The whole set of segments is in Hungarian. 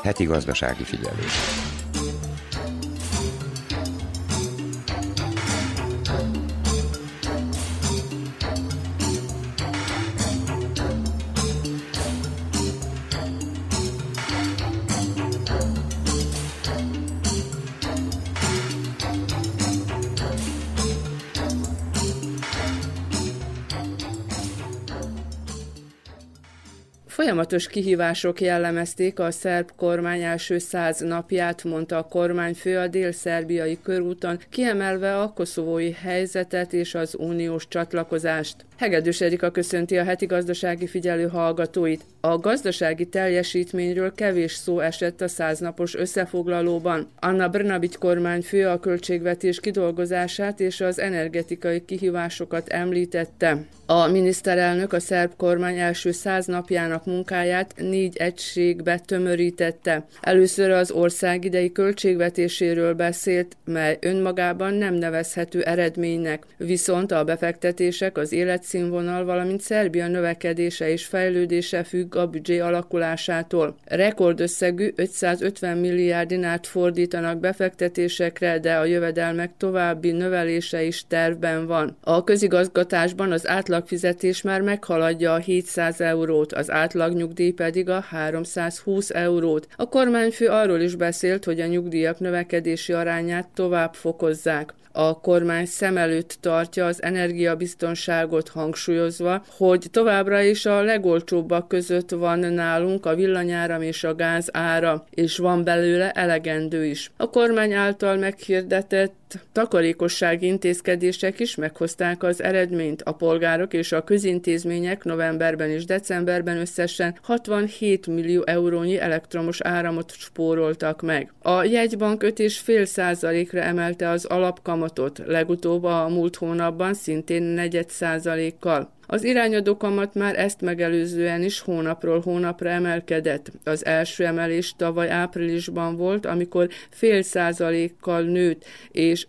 Heti gazdasági figyelés. Folyamatos kihívások jellemezték a szerb kormány első 100 napját, mondta a kormányfő a dél-szerbiai körúton, kiemelve a koszovói helyzetet és az uniós csatlakozást. Hegedűs Erika köszönti a heti gazdasági figyelő hallgatóit. A gazdasági teljesítményről kevés szó esett a 100 napos összefoglalóban. Anna Brnabić kormányfő a költségvetés kidolgozását és az energetikai kihívásokat említette. A miniszterelnök a szerb kormány első 100 napjának munkáját 4 egységbe tömörítette. Először az ország idei költségvetéséről beszélt, mely önmagában nem nevezhető eredménynek, viszont a befektetések, az életszínvonal, valamint Szerbia növekedése és fejlődése függ a büdzsé alakulásától. Rekordösszegű 550 milliárd dinárt fordítanak befektetésekre, de a jövedelmek további növelése is tervben van. A közigazgatásban az átlagfizetés már meghaladja a 700 eurót, az átlagnyugdíj pedig a 320 eurót. A kormányfő arról is beszélt, hogy a nyugdíjak növekedési arányát tovább fokozzák. A kormány szem előtt tartja az energiabiztonságot, hangsúlyozva, hogy továbbra is a legolcsóbbak között van nálunk a villanyáram és a gáz ára, és van belőle elegendő is. A kormány által meghirdetett takarékossági intézkedések is meghozták az eredményt. A polgárok és a közintézmények novemberben és decemberben összesen 67 millió eurónyi elektromos áramot spóroltak meg. A jegybank 5,5%-ra emelte az alapkamatot, legutóbb a múlt hónapban szintén 0,4%-kal. Az irányadó kamat már ezt megelőzően is hónapról hónapra emelkedett. Az első emelés tavaly áprilisban volt, amikor 0,5%-kal nőtt, és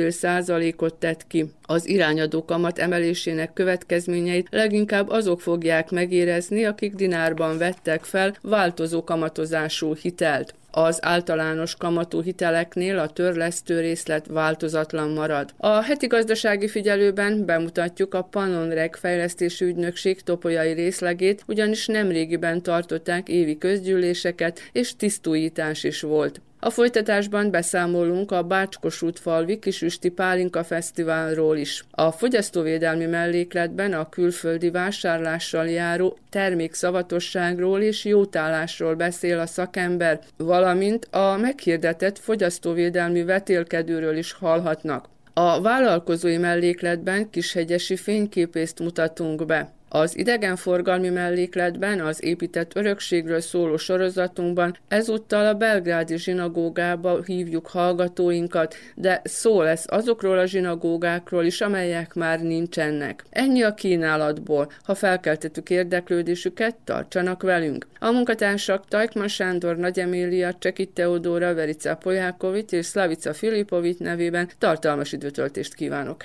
1,5%-ot tett ki. Az irányadó kamat emelésének következményeit leginkább azok fogják megérezni, akik dinárban vettek fel változó kamatozású hitelt. Az általános kamatú hiteleknél a törlesztő részlet változatlan marad. A heti gazdasági figyelőben bemutatjuk a Pannonreg fejlesztési ügynökség topolyai részlegét, ugyanis nemrégiben tartották évi közgyűléseket, és tisztújítás is volt. A folytatásban beszámolunk a Bács-Kossuth-falvi Kisüsti Pálinka Fesztiválról is. A fogyasztóvédelmi mellékletben a külföldi vásárlással járó termékszavatosságról és jótállásról beszél a szakember, valamint a meghirdetett fogyasztóvédelmi vetélkedőről is hallhatnak. A vállalkozói mellékletben kishegyesi fényképészt mutatunk be. Az idegenforgalmi mellékletben, az épített örökségről szóló sorozatunkban ezúttal a belgrádi zsinagógába hívjuk hallgatóinkat, de szó lesz azokról a zsinagógákról is, amelyek már nincsenek. Ennyi a kínálatból. Ha felkeltettük érdeklődésüket, tartsanak velünk. A munkatársak Tajkman Sándor, Nagy Emília, Csekit Teodóra, Verica Polyákovics és Slavica Filipovics nevében tartalmas időtöltést kívánok.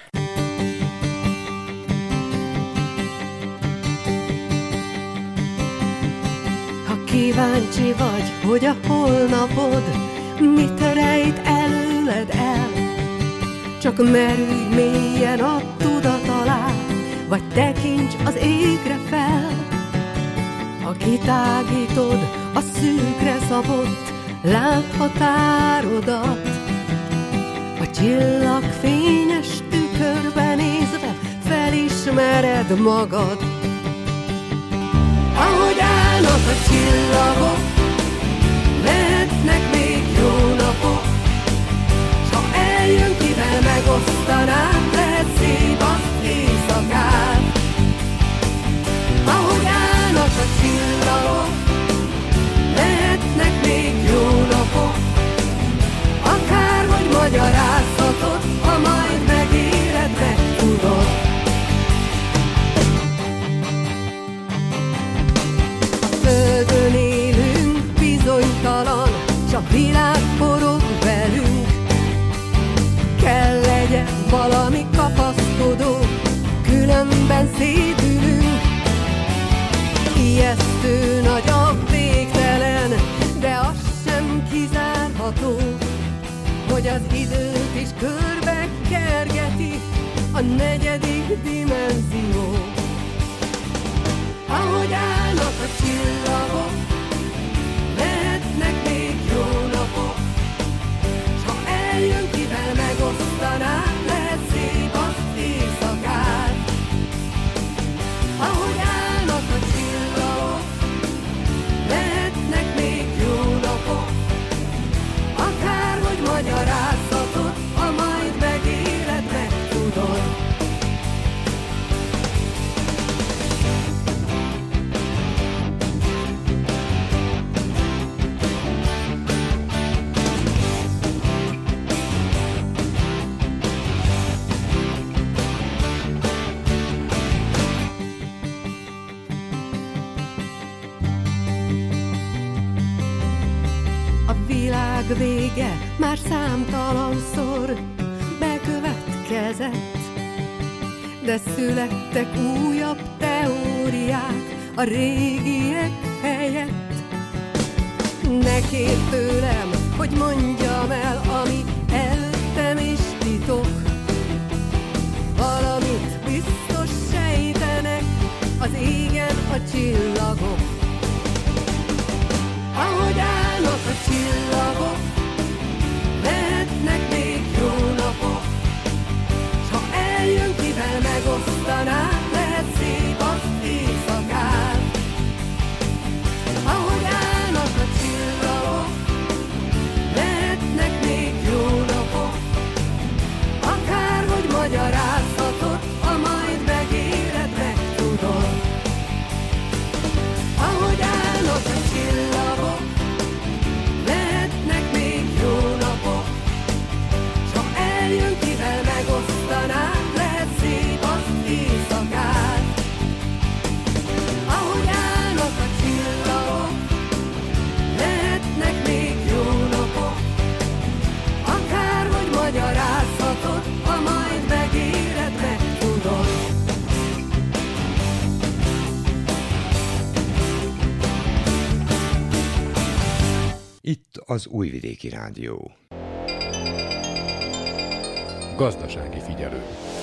Kíváncsi vagy, hogy a holnapod mit rejt előled el. Csak merülj mélyen a tudat alá, vagy tekints az égre fel. Ha kitágítod a szűkre szabott láthatárodat, a csillagfényes tükörbe nézve felismered magad. Ahogy állnak a csillagok, lehetnek még jó napok, s ha eljön, kivel megosztanám, lehet szép az éjszakát. Ahogy állnak a csillagok, lehetnek még jó napok, akárhogy magyarázhatod, ha majd megéled, megtudod. Földön élünk, bizonytalan, s a világ forog velünk. Kell legyen valami kapaszkodó, különben szétülünk. Ijesztő nagy a végtelen, de az a negyedik dimenzió. Ahogy állnak a csillagok, lehetnek még jó napok, s ha eljön, kivel megosztaná, lehet szép az éjszakát. Ahogy állnak a csillagok, lehetnek még jó napok, akárhogy magyarázatot, ha majd megéled, megtudod. Vége már számtalanszor bekövetkezett, de születtek újabb teóriák a régiek helyett. Ne kérd tőlem, hogy mondjam el, ami előttem is titok. Valamit biztos sejtenek az égen a csillagok. Ahogy állnak a csillagok, lehetnek még jó napok, s ha eljön, kivel megosztaná, lehet szép az éjszakát. Ahogy állnak a csillagok, lehetnek még jó napok, akárhogy magyarázhatod, ha majd megéled, megtudod. Ahogy állnak a csillagok, lehetnek még jó napok, s ha eljön, kivel megosztaná, lehet szép az éjszakát. Ahogy állnak a csillagok, lehetnek még jó napok, akárhogy magyarázhatod, ha majd megéled, megtudod. Itt az Újvidéki Rádió. Gazdasági figyelő.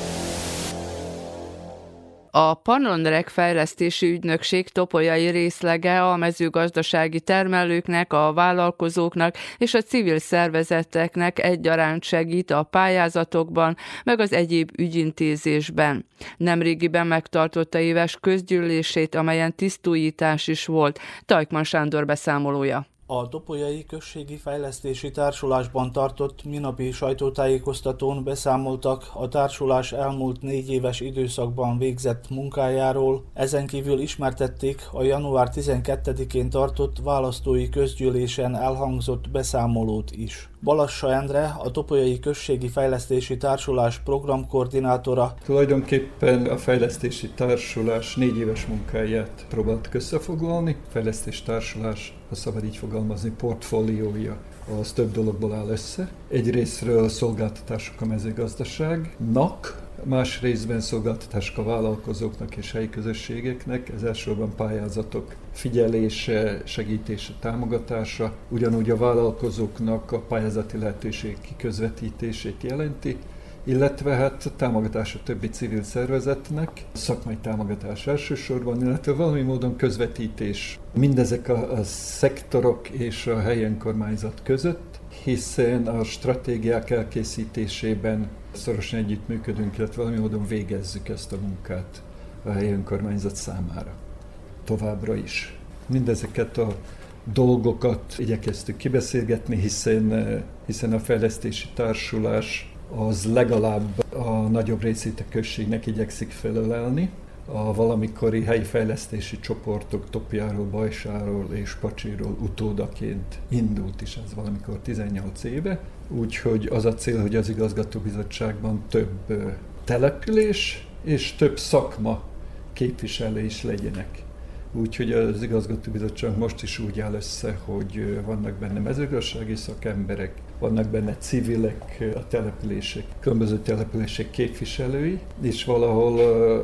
A Pannonreg Fejlesztési Ügynökség topolyai részlege a mezőgazdasági termelőknek, a vállalkozóknak és a civil szervezeteknek egyaránt segít a pályázatokban, meg az egyéb ügyintézésben. Nemrégiben megtartotta éves közgyűlését, amelyen tisztújítás is volt. Tajkman Sándor beszámolója. A Topolyai Községi Fejlesztési Társulásban tartott minapi sajtótájékoztatón beszámoltak a társulás elmúlt 4 éves időszakban végzett munkájáról, ezen kívül ismertették a január 12-én tartott választói közgyűlésen elhangzott beszámolót is. Balassa Endre, a Topolyai Községi Fejlesztési Társulás programkoordinátora. Tulajdonképpen a fejlesztési társulás 4 éves munkáját próbáltuk összefoglalni. A fejlesztési társulás, ha szabad így fogalmazni, portfóliója az több dologból áll össze. Egyrészről szolgáltatások a mezőgazdaságnak, más részben szolgáltatások a vállalkozóknak és helyi közösségeknek, ez elsősorban pályázatok figyelése, segítése, támogatása, ugyanúgy a vállalkozóknak a pályázati lehetőség kiközvetítését jelenti, illetve hát támogatás a többi civil szervezetnek, szakmai támogatás elsősorban, illetve valami módon közvetítés mindezek a szektorok és a helyi önkormányzat között, hiszen a stratégiák elkészítésében szorosan együttműködünk, illetve valami módon végezzük ezt a munkát a helyi önkormányzat számára. Továbbra is. Mindezeket a dolgokat igyekeztük kibeszélgetni, hiszen a fejlesztési társulás az legalább a nagyobb részét a községnek igyekszik felölelni. A valamikori helyi fejlesztési csoportok Topjáról, Bajsáról és Pacsiról utódaként indult is ez valamikor 18 éve. Úgyhogy az a cél, hogy az igazgatóbizottságban több település és több szakma képviselő is legyenek. Úgyhogy az igazgatóbizottság most is úgy áll össze, hogy vannak benne mezőgazdasági szakemberek, vannak benne civilek, a települések, különböző települések képviselői, és valahol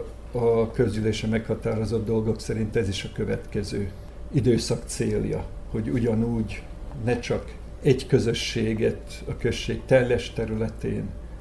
a közgyűlésen meghatározott dolgok szerint ez is a következő időszak célja, hogy ugyanúgy ne csak egy közösséget a község teljes területén,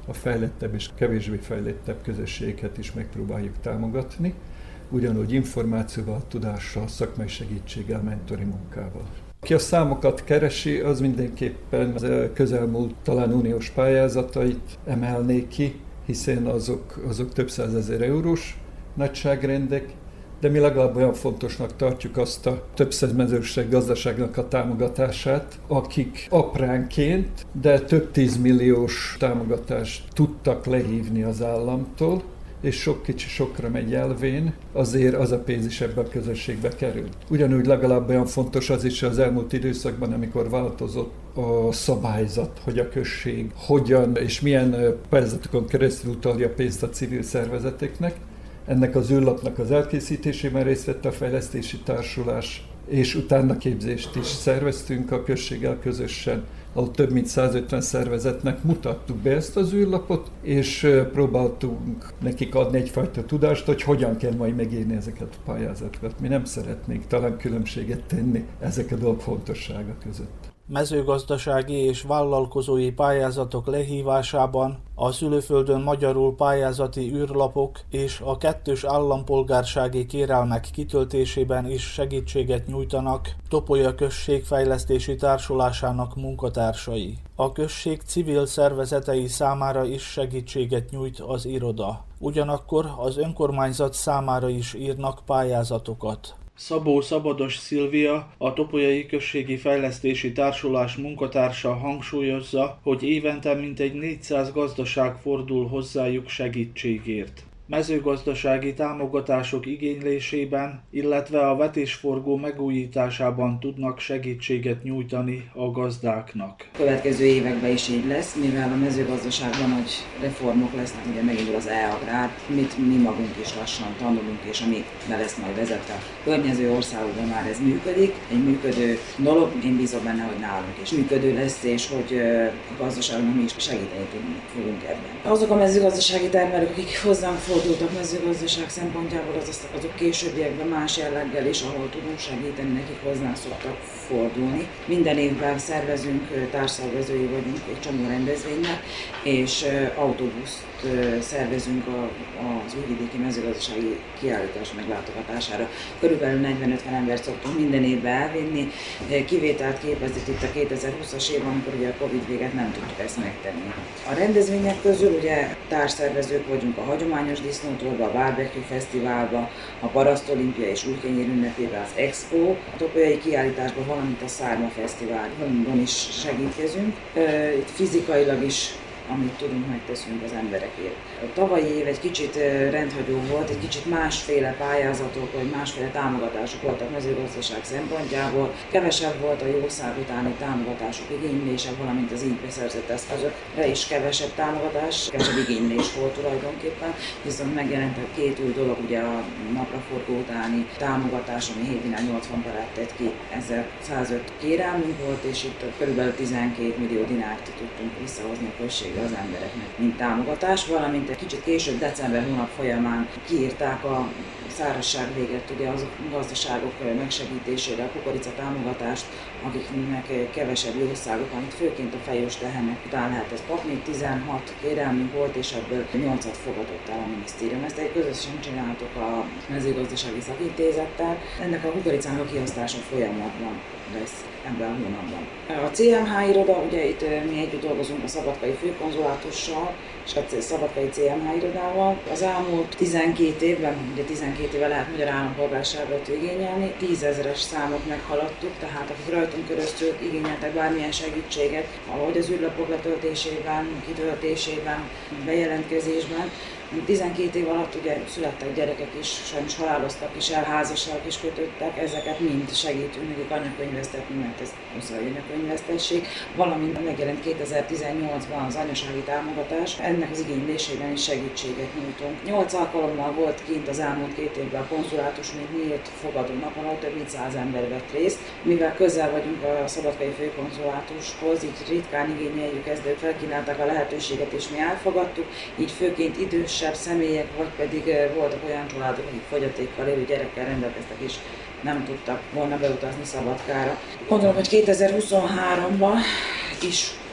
a fejlettebb és kevésbé fejlettebb közösségeket is megpróbáljuk támogatni, ugyanúgy információval, tudással, szakmai segítséggel, mentori munkával. Aki a számokat keresi, az mindenképpen az közelmúlt talán uniós pályázatait emelné ki, hiszen azok több 100 000 eurós nagyságrendek, de mi legalább olyan fontosnak tartjuk azt a több száz mezőgazdasági gazdaságnak a támogatását, akik apránként, de több 10 milliós támogatást tudtak lehívni az államtól, és sok kicsi sokra megy elvén, azért az a pénz is ebbe a közösségbe kerül. Ugyanúgy legalább olyan fontos az is az elmúlt időszakban, amikor változott a szabályzat, hogy a község hogyan és milyen pályázatokon keresztül utalja pénzt a civil szervezeteknek. Ennek az űrlapnak az elkészítésében részt vett a fejlesztési társulás, és utána képzést is szerveztünk a községgel közösen, ahol több mint 150 szervezetnek mutattuk be ezt az űrlapot, és próbáltunk nekik adni egyfajta tudást, hogy hogyan kell majd megírni ezeket a pályázatokat. Mi nem szeretnénk talán különbséget tenni ezek a dolgok fontossága között. Mezőgazdasági és vállalkozói pályázatok lehívásában a szülőföldön magyarul pályázati űrlapok és a kettős állampolgársági kérelmek kitöltésében is segítséget nyújtanak Topolya község fejlesztési társulásának munkatársai. A község civil szervezetei számára is segítséget nyújt az iroda. Ugyanakkor az önkormányzat számára is írnak pályázatokat. Szabó Szabados Szilvia, a Topolyai Községi Fejlesztési Társulás munkatársa hangsúlyozza, hogy évente mintegy 400 gazdaság fordul hozzájuk segítségért. Mezőgazdasági támogatások igénylésében, illetve a vetésforgó megújításában tudnak segítséget nyújtani a gazdáknak. Következő években is így lesz, mivel a mezőgazdaságban nagy reformok lesznek, ugye megindul az e-agrár, mit mi magunk is lassan tanulunk, és ami be lesz majd vezetve. A környező országokban már ez működik, egy működő dolog, én bízom benne, hogy nálunk is működő lesz, és hogy a gazdaságnak mi is segíteni fogunk ebben. Azok a mezőgazdasági termelők, akik hozzánk fordultak mezőgazdaság szempontjából, azok későbbiekben más jelleggel is, ahol tudunk segíteni, nekik hozzánk szoktak fordulni. Minden évben szervezünk, társszervezői vagyunk egy csomó rendezvénynek, és autóbuszt szervezünk az újvidéki mezőgazdasági kiállítás meglátogatásására. Körülbelül 40-50 embert szoktunk minden évben elvinni. Kivételt képezik itt a 2020-as év, amikor ugye a Covid véget nem tudtuk ezt megtenni. A rendezvények közül ugye társszervezők vagyunk a hagyományos disznótorba, a Barbecue Fesztiválba, a Parasztolimpia és Újkenyér ünnepébe, az Expo, a Topolyai kiállításban, valamint a Szárma Fesztiválban is segítkezünk. Itt fizikailag is, amit tudunk, megteszünk az emberekért. A tavalyi év egy kicsit rendhagyó volt, egy kicsit másféle pályázatok, vagy másféle támogatások voltak mezőgazdaság szempontjából. Kevesebb volt a jószág utáni támogatások igénylése, valamint az így beszerzett eszközökre is kevesebb támogatás, kevesebb igénylés volt tulajdonképpen, viszont megjelent a két új dolog, ugye a napraforgó utáni támogatás, ami hétvinál 80 barát tett ki, 1105 kérelmünk volt, és itt körülbelül 12 millió dinárt tudtunk visszahozni a községre az embereknek, mint támogatás, valamint egy kicsit később, december hónap folyamán kiírták a szárazság véget, ugye az gazdaságok megsegítésére a kukorica támogatást, akiknek kevesebb jószágok van, itt főként a fejős tehenek után lehet ezt kapni. 16 kérelmünk volt, és ebből 8-at fogadott el a minisztérium. Ezt egy közösen csináltuk a mezőgazdasági szakintézettel. Ennek a kukoricának a kiosztása folyamatban lesz ebben a hónapban. A CMH iroda, ugye itt mi együtt dolgozunk a szabadkai főkonzulátussal, és a szabadkai CMH irodával. Az elmúlt 12 évben, ugye 12 éve lehet magyar állampolgárságot igényelni, 10 000-es számot meghaladtuk, tehát akik rajtunk keresztül igényeltek bármilyen segítséget, ahogy az űrlapok letöltésében, kitöltésében, bejelentkezésben. 12 év alatt ugye születtek gyerekek is, sajnos haláloztak is el, házasságok is kötöttek, ezeket mind segítünk nekik anyakönyvesztetni, mert ez muszáj anyakönyvesztessék, valamint megjelent 2018-ban az anyasági támogatás, ennek az igénylésében is segítséget nyújtunk. 8 alkalommal volt kint az elmúlt 2 évben a konzulátus, mint nyílt fogadó napon, ahol több mint 100 ember vett részt. Mivel közel vagyunk a szabadkai főkonzulátushoz, így ritkán igényeljük ezt, de felkínálták a lehetőséget és mi elfogadtuk, így főként idősebb személyek, vagy pedig voltak olyan családok, akik fogyatékkal élő gyerekkel rendelkeztek és nem tudtak volna beutazni Szabadkára. Gondolom, hogy 2023-ban is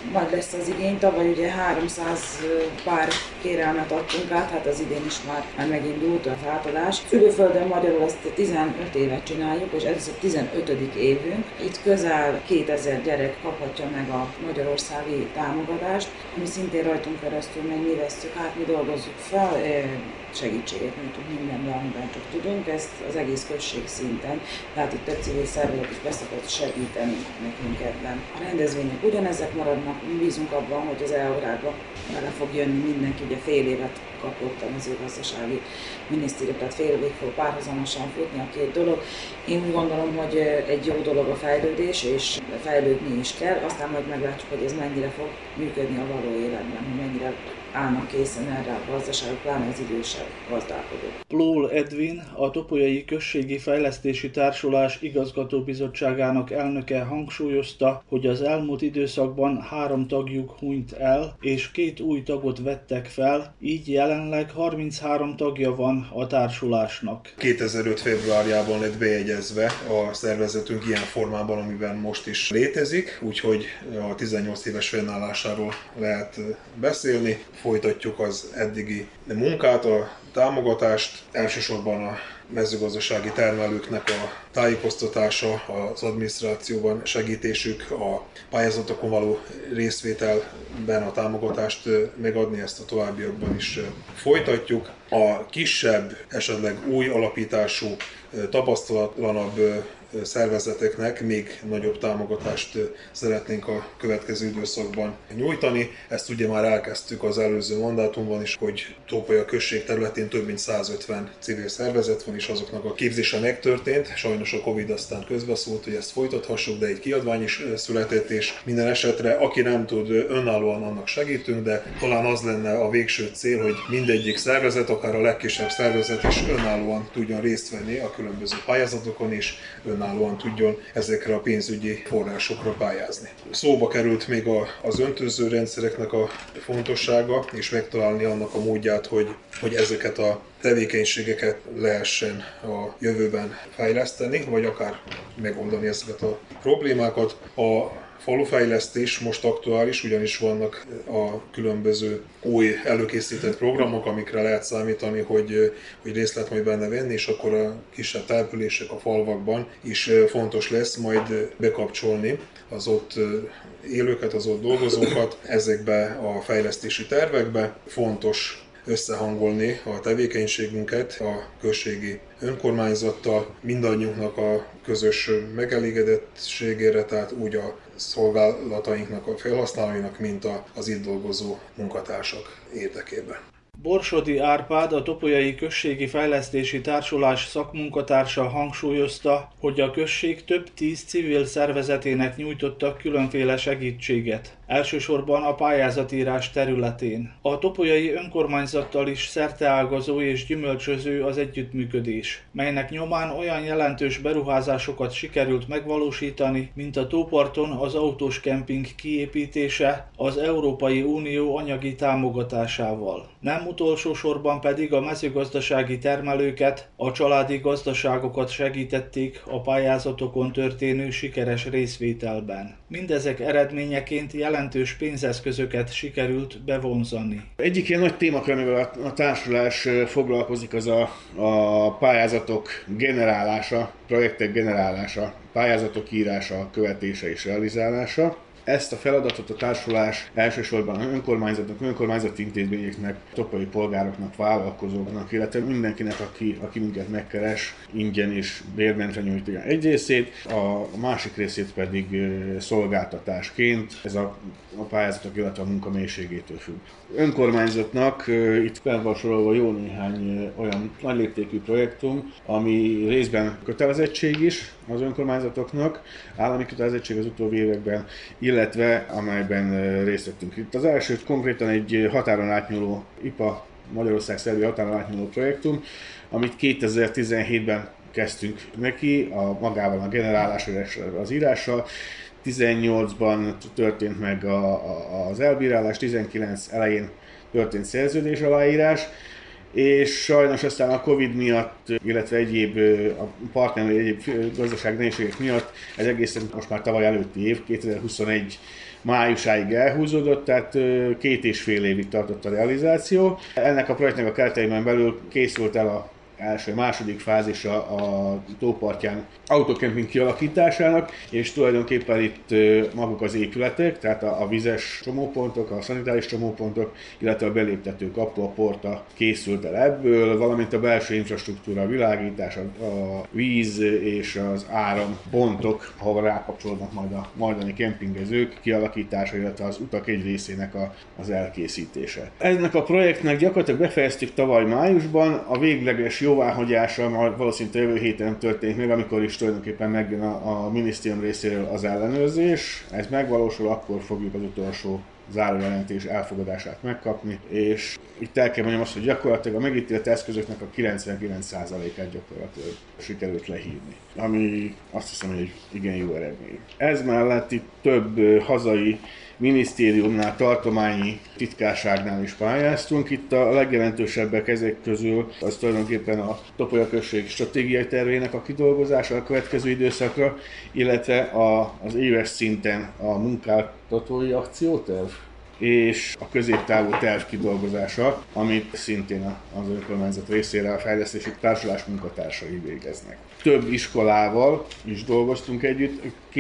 nagy lesz az igény. Tavaly ugye 300 pár kérelmet adtunk át, hát az idén is már megindult az átadás. Szülőföldön magyarul ezt 15 évet csináljuk, és ez a 15. évünk. Itt közel 2000 gyerek kaphatja meg a magyarországi támogatást, ami szintén rajtunk keresztül meg mi vesszük át, mi dolgozzuk fel, segítséget nyújtunk mindenben, amiben csak tudunk, ezt az egész község szinten, tehát itt több civil szervezet is beszokott segíteni nekünk ebben. A rendezvények ugyanezek maradnak, mi bízunk abban, hogy az EAGRÁR-ba bele fog jönni mindenki, ugye fél évet kapott a mezőgazdasági minisztérium, tehát fél évig fog párhuzamosan futni a két dolog. Én úgy gondolom, hogy egy jó dolog a fejlődés, és fejlődni is kell, aztán majd meglátjuk, hogy ez mennyire fog működni a való életben, hogy mennyire állnak készen erre a gazdaságok, pláne az idősebb gazdálkodók. Plól Edvin, a Topolyai Községi Fejlesztési Társulás igazgatóbizottságának elnöke hangsúlyozta, hogy az elmúlt időszakban 3 tagjuk hunyt el, és 2 új tagot vettek fel, így jelenleg 33 tagja van a társulásnak. 2005. februárjában lett bejegyezve a szervezetünk ilyen formában, amiben most is létezik, úgyhogy a 18 éves fennállásáról lehet beszélni. Folytatjuk az eddigi munkát, a támogatást, elsősorban a mezőgazdasági termelőknek a tájékoztatása, az adminisztrációban segítésük, a pályázatokon való részvételben a támogatást megadni, ezt a továbbiakban is folytatjuk. A kisebb, esetleg új alapítású, tapasztalatlanabb szervezeteknek még nagyobb támogatást szeretnénk a következő időszakban nyújtani. Ezt ugye már elkezdtük az előző mandátumban is, hogy Topolya község területén több mint 150 civil szervezet van, és azoknak a képzése megtörtént. Sajnos a Covid aztán közbeszólt, hogy ezt folytathassuk, de egy kiadvány is született, és minden esetre, aki nem tud, önállóan annak segítünk, de talán az lenne a végső cél, hogy mindegyik szervezet, akár a legkisebb szervezet is önállóan tudjon részt venni a különböző pályázatokon, és önállóan tudjon ezekre a pénzügyi forrásokra pályázni. Szóba került még az öntöző rendszereknek a fontossága, és megtalálni annak a módját, hogy ezeket a tevékenységeket lehessen a jövőben fejleszteni, vagy akár megoldani ezeket a problémákat. A falufejlesztés most aktuális, ugyanis vannak a különböző új előkészített programok, amikre lehet számítani, hogy részt lehet majd benne venni, és akkor a kisebb települések a falvakban is fontos lesz majd bekapcsolni az ott élőket, az ott dolgozókat ezekbe a fejlesztési tervekbe. Fontos összehangolni a tevékenységünket a községi önkormányzattal, mindannyiunknak a közös megelégedettségére, tehát úgy a szolgálatainknak, a felhasználóinak, mint az itt dolgozó munkatársak érdekében. Borsodi Árpád, a Topolyai Községi Fejlesztési Társulás szakmunkatársa hangsúlyozta, hogy a község több 10 civil szervezetének nyújtottak különféle segítséget, elsősorban a pályázatírás területén. A topolyai önkormányzattal is szerteágazó és gyümölcsöző az együttműködés, melynek nyomán olyan jelentős beruházásokat sikerült megvalósítani, mint a tóparton az autós kemping kiépítése az Európai Unió anyagi támogatásával. Nem utolsó sorban pedig a mezőgazdasági termelőket, a családi gazdaságokat segítették a pályázatokon történő sikeres részvételben. Mindezek eredményeként jelentős pénzeszközöket sikerült bevonzani. Egyik ilyen nagy témakör, amivel a társulás foglalkozik, az a pályázatok generálása, projektek generálása, pályázatok írása, követése és realizálása. Ezt a feladatot a társulás elsősorban önkormányzatnak, önkormányzati intézményeknek, topolyai polgároknak, vállalkozóknak, illetve mindenkinek, aki minket megkeres, ingyen és bérmentre nyújtja egy részét, a másik részét pedig szolgáltatásként, ez a pályázatok, illetve a munka mélységétől függ. Önkormányzatnak itt fel van sorolva jó néhány olyan nagyléptékű projektunk, ami részben kötelezettség is az önkormányzatoknak, állami kötelezettség az utóbbi években, illetve amelyben részt vettünk. Itt az első konkrétan egy határon átnyúló IPA, Magyarország-Szerbia határon átnyúló projektunk, amit 2017-ben kezdtünk neki, magával a generálással, az írással. 18-ban történt meg az elbírálás, 19 elején történt szerződés aláírás, és sajnos aztán a Covid miatt, illetve egyéb a partner, egyéb gazdasági nehézségek miatt ez egészen most már tavaly előtti év, 2021 májusáig elhúzódott, tehát 2,5 évig tartott a realizáció. Ennek a projektnek a kereteiben belül készült el a második fázisa a tópartján autókemping kialakításának, és tulajdonképpen itt maguk az épületek, tehát a vizes csomópontok, a szanitáris csomópontok, illetve a beléptető kapu, a porta készült el ebből, valamint a belső infrastruktúra, a világítás, a víz és az áram pontok, ahova rákapcsolódnak majd a majdani kempingezők kialakítása, illetve az utak egy részének az elkészítése. Ennek a projektnek gyakorlatilag befejeztük tavaly májusban, a végleges jóváhagyása már valószínűleg jövő héten történik meg, amikor is tulajdonképpen megjön a minisztérium részéről az ellenőrzés. Ez megvalósul, akkor fogjuk az utolsó zárójelentés elfogadását megkapni, és itt el kell mondjam azt, hogy gyakorlatilag a megítélt eszközöknek a 99%-át gyakorlatilag sikerült lehívni, ami azt hiszem, hogy egy igen jó eredmény. Ez mellett itt több hazai minisztériumnál, tartományi titkárságnál is pályáztunk. Itt a legjelentősebbek ezek közül az tulajdonképpen a Topolya község stratégiai tervének a kidolgozása a következő időszakra, illetve az éves szinten a munkáltatói akcióterv és a középtávú terv kidolgozása, amit szintén az önkormányzat részére a fejlesztési társulás munkatársai végeznek. Több iskolával is dolgoztunk együtt,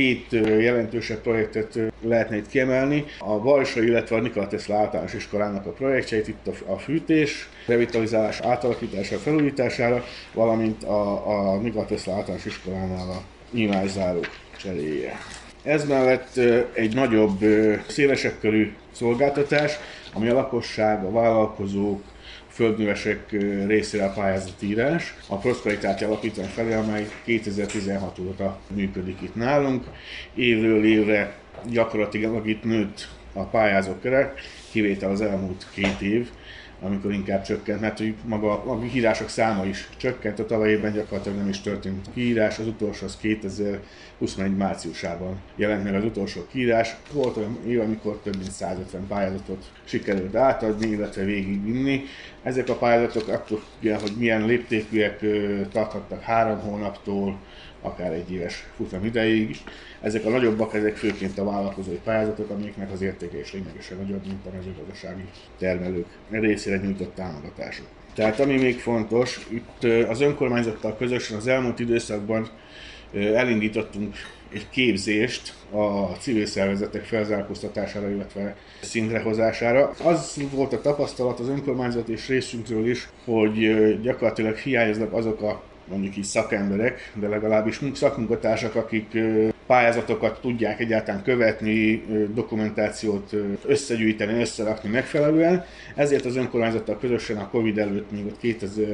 2 jelentősebb projektet lehetne itt kiemelni. A Balsa, illetve a Nikola Tesla általános iskolának a projektjeit, itt a fűtés, revitalizálás, átalakítása, felújítására, valamint a Nikola Tesla általános iskolánál a nyilvánzárók cseréje. Ez mellett egy nagyobb, szélesebb körű szolgáltatás, ami a lakosság, a vállalkozók, a földművesek részére a pályázatírás, a Prosperitáti Alapítvány felé, amely 2016 óta működik itt nálunk. Évről évre gyakorlatilag itt nőtt a pályázók köre, kivétel az elmúlt 2 év, amikor inkább csökkent, mert maga a kiírások száma is csökkent, a tavaly évben gyakorlatilag nem is történt kiírás, az utolsó az 2021 márciusában jelent meg az utolsó kiírás. Volt olyan év, amikor több mint 150 pályázatot sikerült átadni, illetve végigvinni. Ezek a pályázatok attól függően, hogy milyen léptékűek tarthattak 3 hónaptól, akár 1 éves futam ideig. Ezek a nagyobbak, ezek főként a vállalkozói pályázatok, amiknek az értéke is lényegesen nagyobb, mint a mezőgazdasági termelők részére nyújtott támogatások. Tehát ami még fontos, itt az önkormányzattal közösen az elmúlt időszakban elindítottunk egy képzést a civil szervezetek felzárkóztatására, illetve szintrehozására. Az volt a tapasztalat az önkormányzat és részünkről is, hogy gyakorlatilag hiányoznak azok a mondjuk így szakemberek, de legalábbis szakmunkatársak, akik pályázatokat tudják egyáltalán követni, dokumentációt összegyűjteni, összerakni megfelelően. Ezért az önkormányzattal közösen a Covid előtt, még ott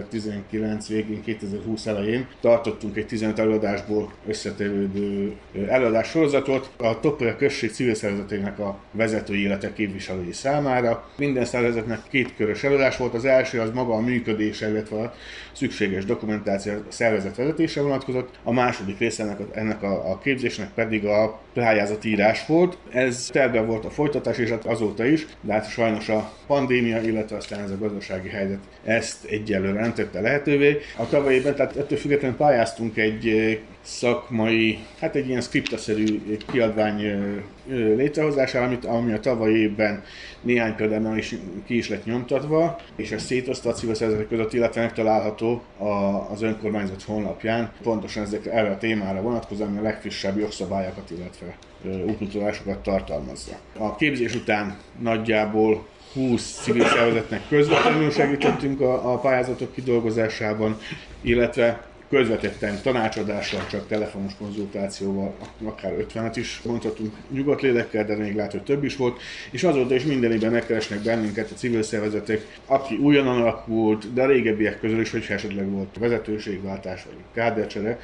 2019 végén, 2020 elején tartottunk egy 15 előadásból összetevődő előadássorozatot a Topolya község civil szervezetének a vezetői, illetve képviselői számára. Minden szervezetnek 2 körös előadás volt, az első az maga a működése, illetve a szükséges dokumentáció szervezet vezetése vonatkozott, a második része ennek a képzésnek pedig a pályázatírás volt. Ez tervben volt a folytatás, és azóta is, de hát sajnos a pandémia, illetve aztán ez a gazdasági helyzet ezt egyelőre nem tette lehetővé. A tavalyi évben, tehát ettől függetlenül pályáztunk egy szakmai, hát egy ilyen skriptaszerű kiadvány létrehozására, ami a tavalyi évben néhány példánál is ki is lett nyomtatva, és ez szétosztva a civil szervezetek között, illetve megtalálható az önkormányzat honlapján. Pontosan erre a témára vonatkozóan, ami a legfrissebb jogszabályokat, illetve útmutatásokat tartalmazza. A képzés után nagyjából 20 civil szervezetnek közvetlenül segítettünk a pályázatok kidolgozásában, illetve közvetetten tanácsadással, csak telefonos konzultációval, akár 50-et is mondhatunk nyugodtlélekkel, de még lehet, hogy több is volt, és azóta is minden évben megkeresnek bennünket a civil szervezetek, aki újonnan alakult, de a régebbiek közül is, hogyha esetleg volt vezetőségváltás vagy kádercsere,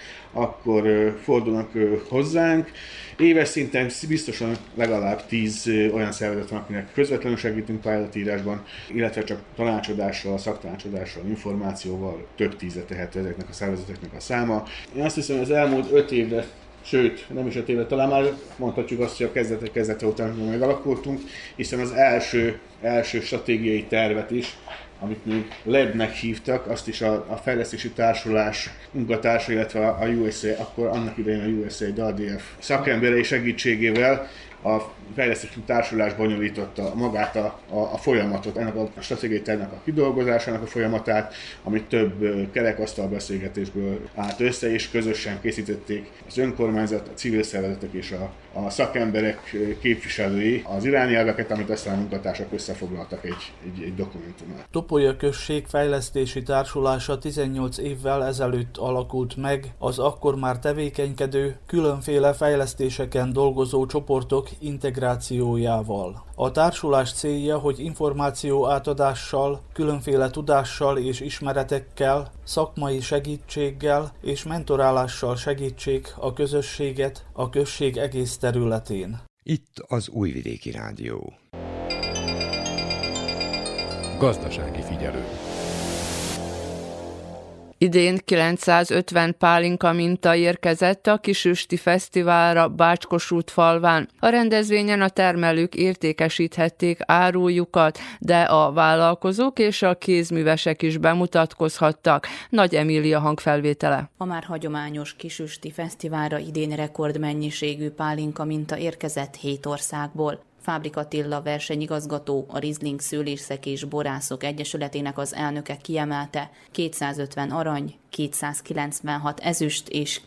akkor fordulnak hozzánk. Éves szinten biztosan legalább 10 olyan szervezet van, akinek közvetlenül segítünk pályázatírásban, illetve csak tanácsadással, szaktanácsadással, információval több 10-et tehető ezeknek a szervezeteknek a száma. Én azt hiszem, hogy az elmúlt 5 évre, sőt, nem is 5 évre, talán már mondhatjuk azt, hogy a kezdete után megalakultunk, hiszen az első stratégiai tervet is amit még LED-nek hívtak, azt is a fejlesztési társulás munkatársa, illetve a USA, akkor annak idején a USAID ADF szakemberei segítségével a fejlesztési társulás bonyolította magát a folyamatot, ennek a stratégiai tervnek a kidolgozásának a folyamatát, amit több kerekasztal beszélgetésből állt össze, és közösen készítették az önkormányzat, a civil szervezetek és a szakemberek képviselői az irányelveket, amit aztán a munkatársak összefoglaltak egy dokumentumát. Topolya község fejlesztési társulása 18 évvel ezelőtt alakult meg, az akkor már tevékenykedő, különféle fejlesztéseken dolgozó csoportok integrációjával. A társulás célja, hogy információ átadással, különféle tudással és ismeretekkel, szakmai segítséggel és mentorálással segítsék a közösséget a község egész területén. Itt az Újvidéki Rádió. Gazdasági figyelő. Idén 950 pálinka minta érkezett a Kisüsti Fesztiválra Bács-Kossuth falván. A rendezvényen a termelők értékesíthették árujukat, de a vállalkozók és a kézművesek is bemutatkozhattak. Nagy Emília hangfelvétele. A már hagyományos Kisüsti Fesztiválra idén rekordmennyiségű pálinka minta érkezett 7 országból. Fábrik Attila versenyigazgató, a Riesling Szőlészek és Borászok Egyesületének az elnöke kiemelte, 250 arany, 296 ezüst és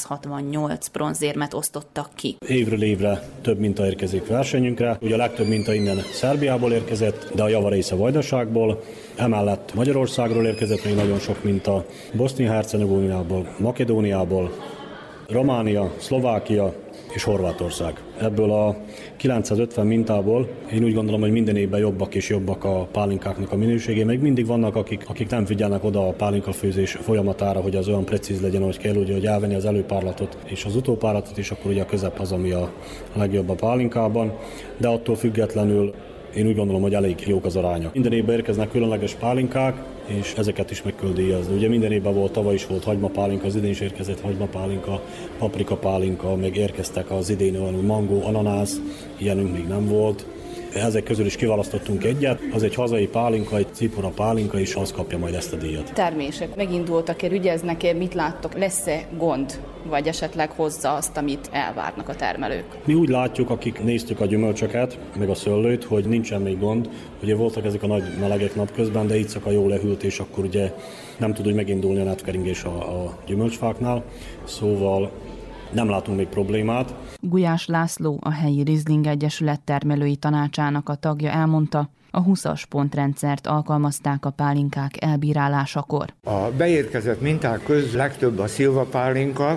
268 bronzérmet osztottak ki. Évről évre több minta érkezik versenyünkre. Ugye a legtöbb minta innen Szerbiából érkezett, de a javarész a Vajdaságból. Emellett Magyarországról érkezett még nagyon sok minta, Bosznia-Hercegovinából, Makedóniából, Románia, Szlovákia és Horvátország. Ebből a 950 mintából én úgy gondolom, hogy minden évben jobbak és jobbak a pálinkáknak a minőségé. Még mindig vannak, akik nem figyelnek oda a pálinkafőzés folyamatára, hogy az olyan precíz legyen, hogy kell, ugye, hogy elvenni az előpárlatot és az utópárlatot, és akkor ugye a közep az, ami a legjobb a pálinkában. De attól függetlenül én úgy gondolom, hogy elég jók az arányok. Minden évben érkeznek különleges pálinkák, és ezeket is meg kell díjazni. Ugye minden évben volt, tavaly is volt hagymapálinka, az idén is érkezett hagymapálinka, paprikapálinka, még érkeztek az idén olyan mangó, ananász, ilyenünk még nem volt. Ezek közül is kiválasztottunk egyet, az egy hazai pálinka, egy cipora pálinka, és az kapja majd ezt a díjat. Termések megindultak-e, ügyeznek-e, mit láttok, lesz-e gond, vagy esetleg hozza azt, amit elvárnak a termelők? Mi úgy látjuk, akik néztük a gyümölcsöket, meg a szőlőt, hogy nincsen még gond. Ugye voltak ezek a nagy melegek napközben, de itt jól lehűlt, és akkor ugye nem tud úgy megindulni a netkeringés a gyümölcsfáknál, szóval nem látunk még problémát. Gulyás László, a helyi Riesling Egyesület termelői tanácsának a tagja elmondta, a 20-as pontrendszert alkalmazták a pálinkák elbírálásakor. A beérkezett minták közül legtöbb a szilva pálinka,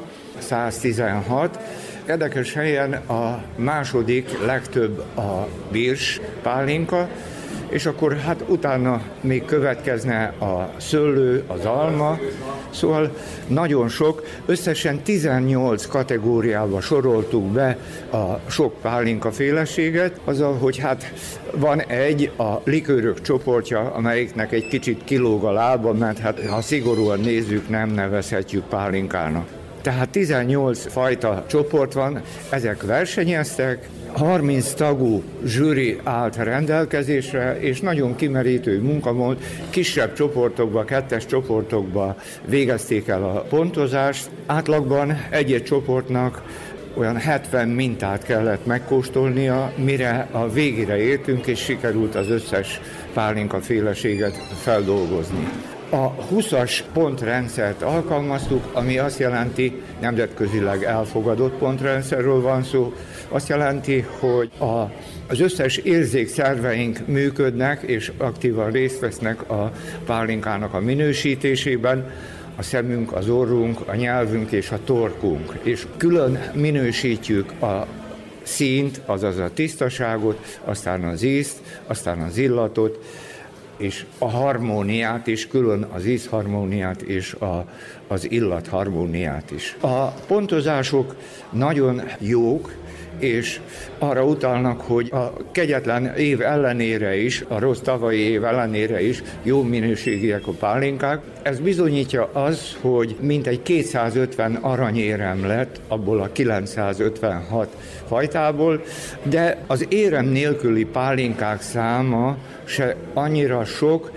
116. Érdekes helyen a második legtöbb a birs pálinka, és akkor hát utána még következne a szőlő, az alma, szóval nagyon sok, összesen 18 kategóriába soroltuk be a sok pálinka féleséget, azzal, hogy hát van egy, a likőrök csoportja, amelyiknek egy kicsit kilóg a lába, mert hát ha szigorúan nézzük, nem nevezhetjük pálinkának. Tehát 18 fajta csoport van, ezek versenyeztek, 30 tagú zsűri állt rendelkezésre, és nagyon kimerítő munka volt. Kisebb csoportokba, 2-es csoportokba végezték el a pontozást. Átlagban egy-egy csoportnak olyan 70 mintát kellett megkóstolnia, mire a végére értünk, és sikerült az összes pálinka féleséget feldolgozni. A 20-as pontrendszert alkalmaztuk, ami azt jelenti, nemzetközileg elfogadott pontrendszerről van szó, azt jelenti, hogy az összes érzékszerveink működnek és aktívan részt vesznek a pálinkának a minősítésében, a szemünk, az orrunk, a nyelvünk és a torkunk. És külön minősítjük a színt, azaz a tisztaságot, aztán az ízt, aztán az illatot, és a harmóniát is, külön az ízharmóniát és az illatharmóniát is. A pontozások nagyon jók, és arra utalnak, hogy a kegyetlen év ellenére is, a rossz tavalyi év ellenére is jó minőségiek a pálinkák. Ez bizonyítja az, hogy mintegy 250 aranyérem lett abból a 956 fajtából, de az érem nélküli pálinkák száma se annyira sok,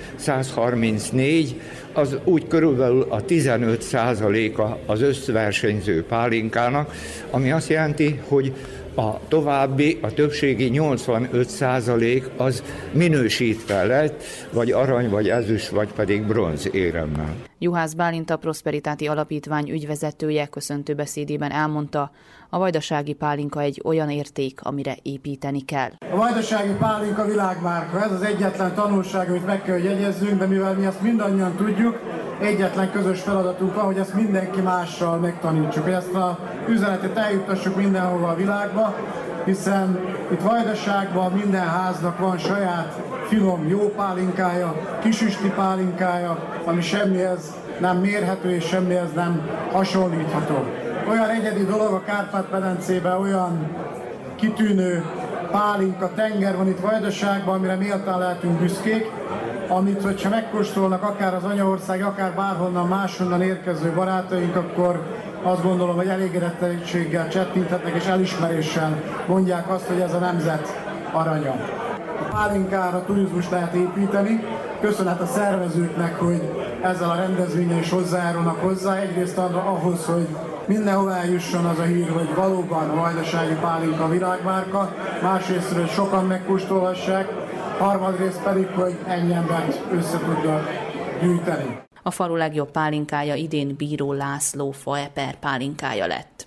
134, az úgy körülbelül a 15%-a az összversenyző pálinkának, ami azt jelenti, hogy a további, a többségi 85% az minősítve lett, vagy arany, vagy ezüst, vagy pedig bronz éremmel. Juhász Bálint, a Prosperitáti Alapítvány ügyvezetője köszöntőbeszédében elmondta, a vajdasági pálinka egy olyan érték, amire építeni kell. A vajdasági pálinka világmárka, ez az egyetlen tanulság, amit meg kell, hogy jegyezzünk, de mivel mi ezt mindannyian tudjuk, egyetlen közös feladatunk van, hogy ezt mindenki mással megtanítsuk, hogy ezt az üzenetet eljuttassuk mindenhova a világba, hiszen itt Vajdaságban minden háznak van saját finom jó pálinkája, kisüsti pálinkája, ami semmihez nem mérhető és semmihez nem hasonlítható. Olyan egyedi dolog a Kárpát-medencében, olyan kitűnő pálinka tenger van itt Vajdaságban, amire méltán lehetünk büszkék, amit, hogyha megkóstolnak akár az anyaország, akár bárhonnan máshonnan érkező barátaink, akkor azt gondolom, hogy elégedettséggel csettinthetnek és elismeréssel mondják azt, hogy ez a nemzet aranya. A pálinkára turizmus lehet építeni. Köszönet a szervezőknek, hogy ezzel a rendezvényen is hozzájárulnak hozzá. Egyrészt ahhoz, hogy mindenhol eljusson az a hír, hogy valóban a vajdasági pálinka világmárka, másrészt, hogy sokan megkóstolhassák, harmadrészt pedig, hogy ennyi embert össze tudnak gyűjteni. A falu legjobb pálinkája idén Bíró László faeper pálinkája lett.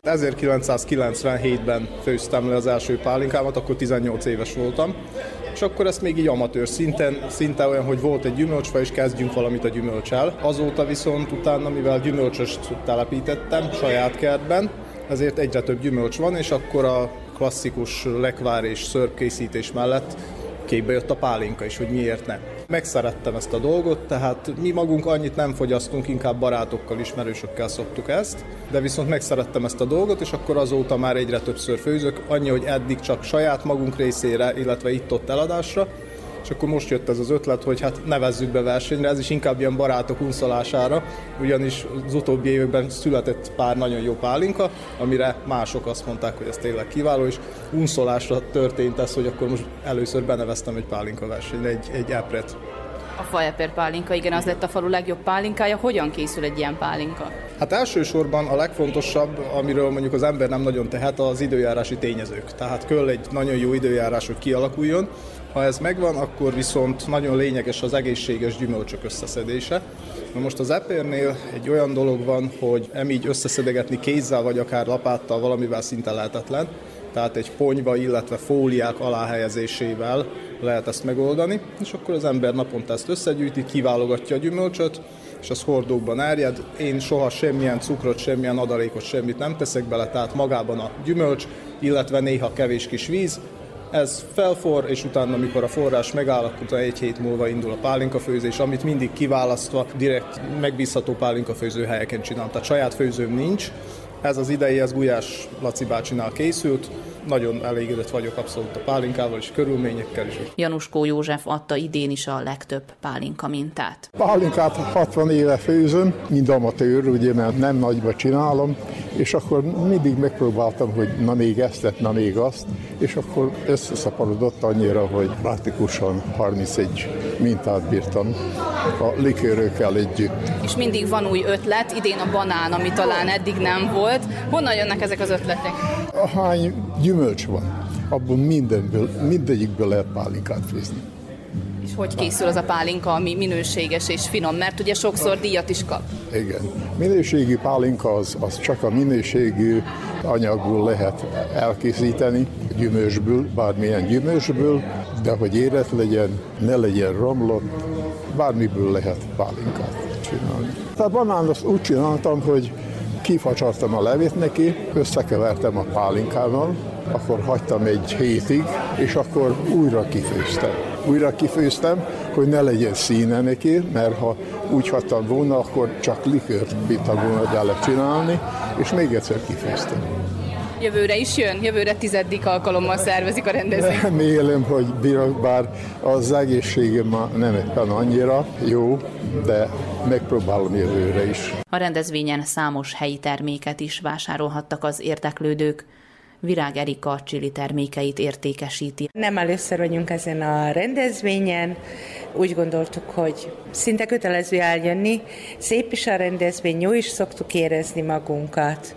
1997-ben főztem le az első pálinkámat, akkor 18 éves voltam, és akkor ezt még így amatőr szinten, szinte olyan, hogy volt egy gyümölcsfa, és kezdjünk valamit a gyümölccsel. Azóta viszont utána, mivel gyümölcsöst telepítettem saját kertben, ezért egyre több gyümölcs van, és akkor a klasszikus lekvár és szörpkészítés mellett képbe jött a pálinka is, hogy miért ne. Megszerettem ezt a dolgot, tehát mi magunk annyit nem fogyasztunk, inkább barátokkal, ismerősökkel szoktuk ezt, de viszont megszerettem ezt a dolgot, és akkor azóta már egyre többször főzök, annyi, hogy eddig csak saját magunk részére, illetve itt-ott eladásra, és akkor most jött ez az ötlet, hogy hát nevezzük be versenyre, ez is inkább ilyen barátok unszolására, ugyanis az utóbbi években született pár nagyon jó pálinka, amire mások azt mondták, hogy ez tényleg kiváló, és unszolásra történt ez, hogy akkor most először beneveztem egy pálinka versenyre, egy epret. A faeper pálinka, igen, az lett a falu legjobb pálinkája. Hogyan készül egy ilyen pálinka? Hát elsősorban a legfontosabb, amiről mondjuk az ember nem nagyon tehet, az időjárási tényezők. Tehát kell egy nagyon jó időjárás, hogy kialakuljon. Ha ez megvan, akkor viszont nagyon lényeges az egészséges gyümölcsök összeszedése. Na most az epernél egy olyan dolog van, hogy így összeszedegetni kézzel vagy akár lapáttal valamivel szinte lehetetlen. Tehát egy ponyva, illetve fóliák aláhelyezésével lehet ezt megoldani, és akkor az ember naponta ezt összegyűjti, kiválogatja a gyümölcsöt, és az hordókban árjad. Én soha semmilyen cukrot, semmilyen adalékot, semmit nem teszek bele, tehát magában a gyümölcs, illetve néha kevés kis víz. Ez felforr, és utána, amikor a forrás megáll, akkor egy hét múlva indul a pálinkafőzés, amit mindig kiválasztva, direkt megbízható pálinkafőző helyeken csinálom. Tehát saját főzőm nincs. Ez az idei, ez Gulyás Laci bácsinál készült. Nagyon elégedett vagyok abszolút a pálinkával és körülményekkel is. Januskó József adta idén is a legtöbb pálinka mintát. Pálinkát 60 éve főzöm, mind amatőr, ugye, mert nem nagyba csinálom, és akkor mindig megpróbáltam, hogy na még ezt, na még azt, és akkor összeszaporodott annyira, hogy praktikusan 31 mintát bírtam a likőrökkel együtt. És mindig van új ötlet, idén a banán, ami talán eddig nem volt. Honnan jönnek ezek az ötletek? Hány gyümölcs van, abból mindegyikből lehet pálinkát főzni. És hogy készül az a pálinka, ami minőséges és finom, mert ugye sokszor díjat is kap? Igen. Minőségi pálinka az csak a minőségű anyagból lehet elkészíteni, gyümölcsből, bármilyen gyümölcsből, de hogy érett legyen, ne legyen romlott, bármiből lehet pálinkát csinálni. Tehát banán azt úgy csináltam, hogy kifacsartam a levét neki, összekevertem a pálinkával, akkor hagytam egy hétig, és akkor újra kifőztem. hogy ne legyen színe neki, mert ha úgy hattam volna, akkor csak likőrt bírtam volna bele csinálni, és még egyszer kifőztem. Jövőre is jön? Jövőre 10. alkalommal szervezik a rendezvényt? Remélem, hogy bírok, bár az egészségem ma nem éppen annyira jó, de megpróbálom jövőre is. A rendezvényen számos helyi terméket is vásárolhattak az érdeklődők. Virág Erika chili termékeit értékesíti. Nem először vagyunk ezen a rendezvényen, úgy gondoltuk, hogy szinte kötelező eljönni. Szép is a rendezvény, jó is szoktuk érezni magunkat,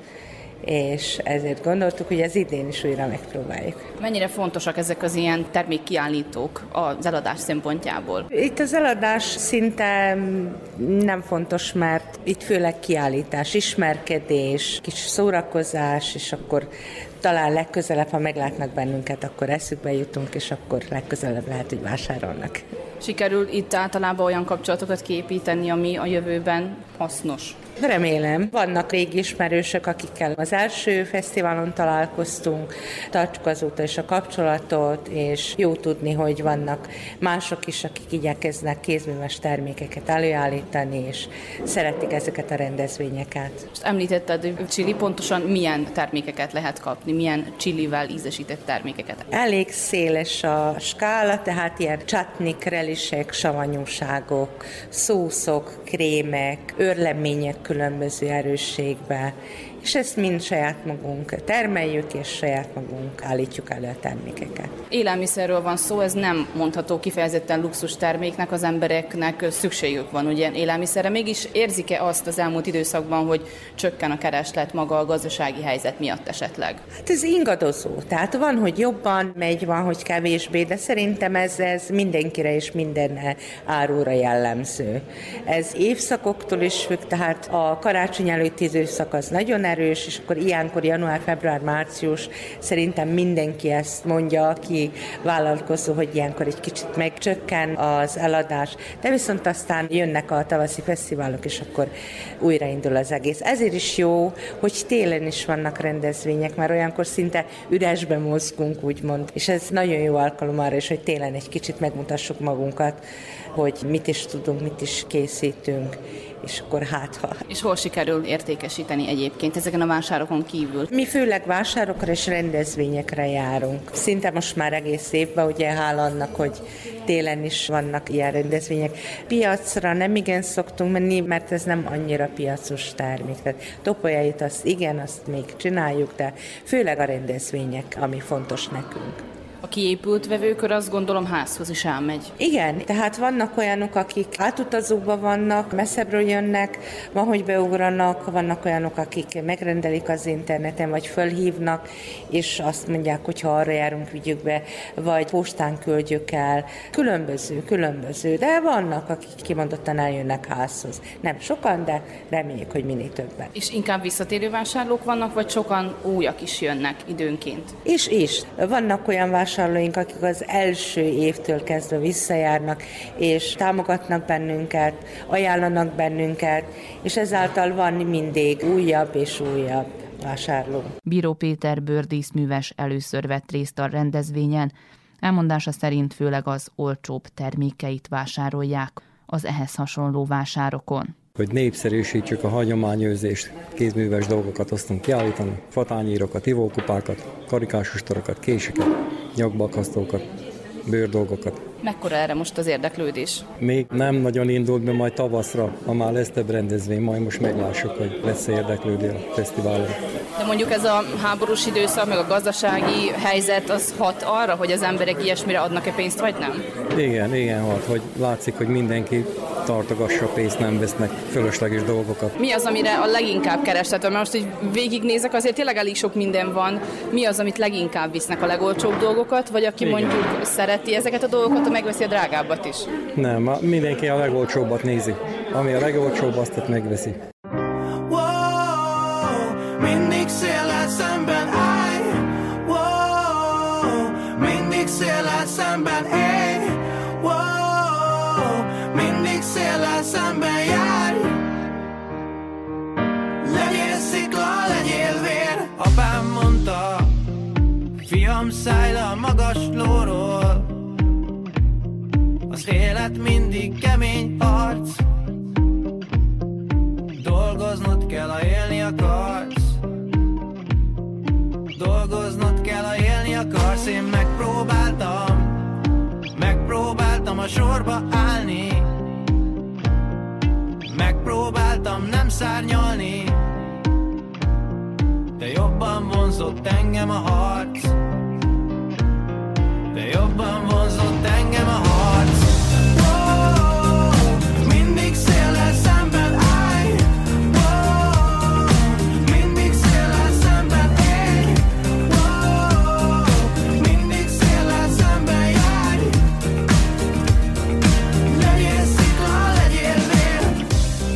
és ezért gondoltuk, hogy az idén is újra megpróbáljuk. Mennyire fontosak ezek az ilyen termékkiállítók az eladás szempontjából? Itt az eladás szinte nem fontos, mert itt főleg kiállítás, ismerkedés, kis szórakozás, és akkor talán legközelebb, ha meglátnak bennünket, akkor eszükbe jutunk, és akkor legközelebb lehet, hogy vásárolnak. Sikerül itt általában olyan kapcsolatokat kiépíteni, ami a jövőben hasznos? Remélem. Vannak régi ismerősök, akikkel az első fesztiválon találkoztunk, tartjuk azóta is a kapcsolatot, és jó tudni, hogy vannak mások is, akik igyekeznek kézműves termékeket előállítani, és szeretik ezeket a rendezvényeket. Most említetted, hogy chili, pontosan milyen termékeket lehet kapni, milyen chilivel ízesített termékeket? Elég széles a skála, tehát ilyen csatnik, relisek, savanyúságok, szószok, krémek, őrlemények különböző erősségben, és ezt mind saját magunk termeljük, és saját magunk állítjuk elő a termékeket. Élelmiszerről van szó, ez nem mondható kifejezetten luxus terméknek, az embereknek szükségük van ugye élelmiszerre. Mégis érzik-e azt az elmúlt időszakban, hogy csökken a kereslet maga a gazdasági helyzet miatt esetleg? Hát ez ingadozó, tehát van, hogy jobban megy, van, hogy kevésbé, de szerintem ez mindenkire és minden árura jellemző. Ez évszakoktól is függ, tehát a karácsony előtti időszak az nagyon erős, és akkor ilyenkor január, február, március szerintem mindenki ezt mondja, aki vállalkozó, hogy ilyenkor egy kicsit megcsökken az eladás, de viszont aztán jönnek a tavaszi fesztiválok, és akkor újraindul az egész. Ezért is jó, hogy télen is vannak rendezvények, mert olyankor szinte üresben mozgunk, úgymond, és ez nagyon jó alkalom arra is, hogy télen egy kicsit megmutassuk magunkat, hogy mit is tudunk, mit is készítünk, és akkor hátha. És hol sikerül értékesíteni egyébként ezeken a vásárokon kívül? Mi főleg vásárokra és rendezvényekre járunk. Szinte most már egész évben, ugye hála annak, hogy télen is vannak ilyen rendezvények. Piacra nem igen szoktunk menni, mert ez nem annyira piacos termék. Tehát topolyait azt igen, azt még csináljuk, de főleg a rendezvények, ami fontos nekünk. A kiépült vevőkör azt gondolom házhoz is elmegy. Igen, tehát vannak olyanok, akik átutazóban vannak, messzebbről jönnek, van, hogy beugranak, vannak olyanok, akik megrendelik az interneten, vagy fölhívnak, és azt mondják, hogy ha arra járunk, vigyük be, vagy postán küldjük el. Különböző, de vannak, akik kimondottan eljönnek házhoz. Nem sokan, de reméljük, hogy minél többen. És inkább visszatérő vásárlók vannak, vagy sokan újak is jönnek időnként? És. Vannak olyan vásárlóink, akik az első évtől kezdve visszajárnak, és támogatnak bennünket, ajánlanak bennünket, és ezáltal van mindig újabb és újabb vásárló. Bíró Péter bőrdíszműves először vett részt a rendezvényen. Elmondása szerint főleg az olcsóbb termékeit vásárolják az ehhez hasonló vásárokon. Hogy népszerűsítsük a hagyományőrzést, kézműves dolgokat hoztunk kiállítani, fatányérokat, ivókupákat, karikásos torokat, késeket, nyakbakasztókat, bőrdolgokat. Mekkora erre most az érdeklődés? Még nem nagyon indult be, majd tavaszra, ha már lesz több rendezvény, majd most meglássuk, hogy lesz érdeklődő a fesztiválon. De mondjuk ez a háborús időszak, meg a gazdasági helyzet, az hat arra, hogy az emberek ilyesmire adnak-e pénzt, vagy nem? Igen, hat, hogy látszik, hogy mindenki tartogassa pénzt, nem vesznek fölösleges dolgokat. Mi az, amire a leginkább kereslet? Mert most így végignézek, azért tényleg elég sok minden van. Mi az, amit leginkább visznek, a legolcsóbb dolgokat, vagy aki mondjuk szereti ezeket a dolgokat, megveszi a drágábbat is? Nem, mindenki a legolcsóbbat nézi. Ami a legolcsóbb, azt megveszi. Mindig széllel szemben állj, mindig széllel szemben élj, mindig széllel szemben járj. Legyél szikla, legyél vér. Apám mondta, fiam, szállj le a magas lóról, az Az élet mindig kemény harc, dolgoznod kell, ha élni akarsz. Dolgoznod kell, ha élni akarsz. Én megpróbáltam a sorba állni, megpróbáltam nem szárnyalni, de jobban vonzott engem a harc. De jobban vonzott engem a harc. Mindig széllel szemben állj, mindig széllel szemben élj, mindig széllel szemben járj. Legyél szikla, legyél vér.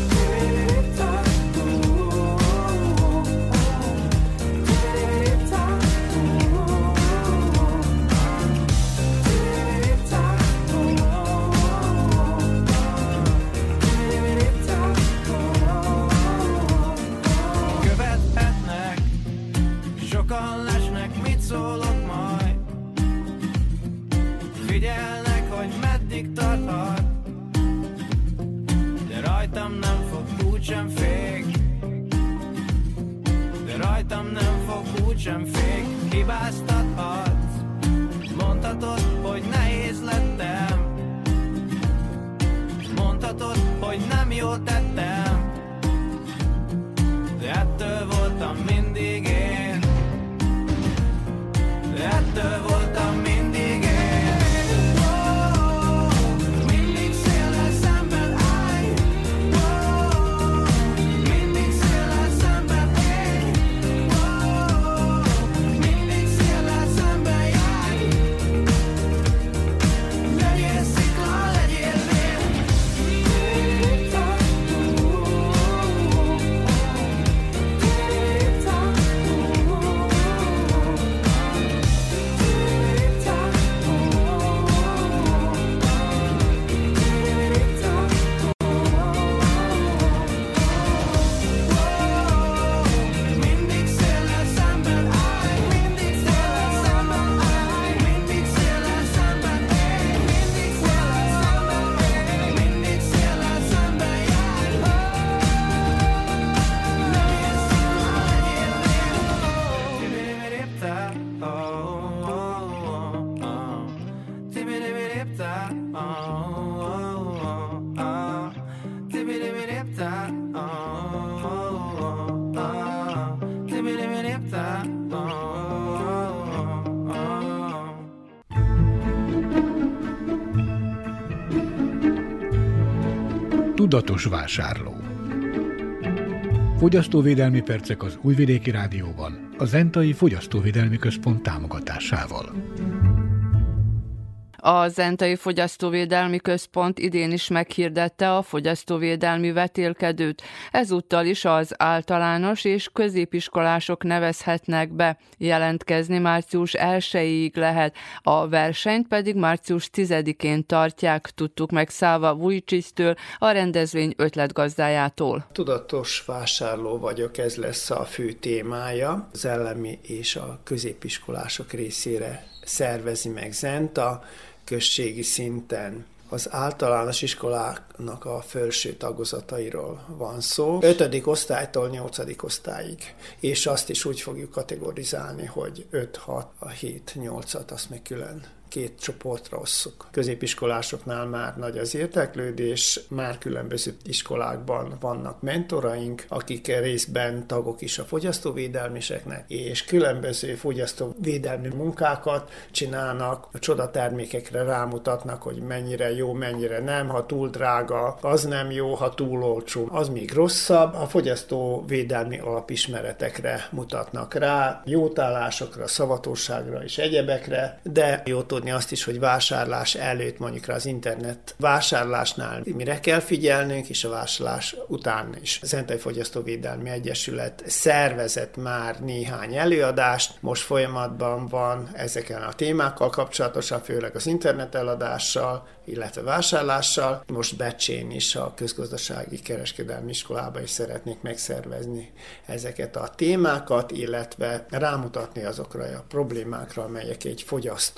Követhetnek, sokan lesnek, mit szólok majd. Figyelnek, hogy meddig tarthat, de rajtam nem fog, úgysem fék. De rajtam nem fog, úgysem fék. Hibáztathatsz, mondhatod, hogy nehéz lettem, mondhatod, hogy nem jól tettem, de ettől voltam mindig én. De ettől voltam mindig én. Mindig széllel szemben állj, mindig széllel szemben élj, mindig széllel szemben járj. Legyél szikla, legyél vér. Mindig széllel szemben állj, mindig széllel szemben állj, mindig széllel szemben élj, mindig széllel szemben élj, mindig széllel szemben járj. Legyél szikla, legyél vér. Tudatos vásárló. Fogyasztóvédelmi percek az Újvidéki Rádióban, a Zentai Fogyasztóvédelmi Központ támogatásával. A Zentai Fogyasztóvédelmi Központ idén is meghirdette a fogyasztóvédelmi vetélkedőt. Ezúttal is az általános és középiskolások nevezhetnek be. Jelentkezni március 1-ig lehet, a versenyt pedig március 10-én tartják, tudtuk meg Száva Vujcsisztől, a rendezvény ötletgazdájától. Tudatos vásárló vagyok, ez lesz a fő témája. Az elemi és a középiskolások részére szervezi meg Zenta községi szinten. Az általános iskoláknak a felső tagozatairól van szó. 5. osztálytól 8. osztályig. És azt is úgy fogjuk kategorizálni, hogy 5-6, a 7-8-at azt meg külön két csoportra osszuk. Középiskolásoknál már nagy az érdeklődés, már különböző iskolákban vannak mentoraink, akik részben tagok is a fogyasztóvédelmiseknek, és különböző fogyasztóvédelmi munkákat csinálnak, a csodatermékekre rámutatnak, hogy mennyire jó, mennyire nem, ha túl drága, az nem jó, ha túl olcsó, az még rosszabb. A fogyasztóvédelmi alapismeretekre mutatnak rá, jótállásokra, szavatosságra és egyebekre, de jó tudni azt is, hogy vásárlás előtt, mondjuk az internet vásárlásnál mire kell figyelnünk, és a vásárlás után is. A Zentai Fogyasztóvédelmi Egyesület szervezett már néhány előadást, most folyamatban van ezeken a témákkal kapcsolatosan, főleg az internet eladással, illetve vásárlással. Most Becsén is a közgazdasági kereskedelmi iskolában is szeretnék megszervezni ezeket a témákat, illetve rámutatni azokra a problémákra, amelyek egy fogyasztót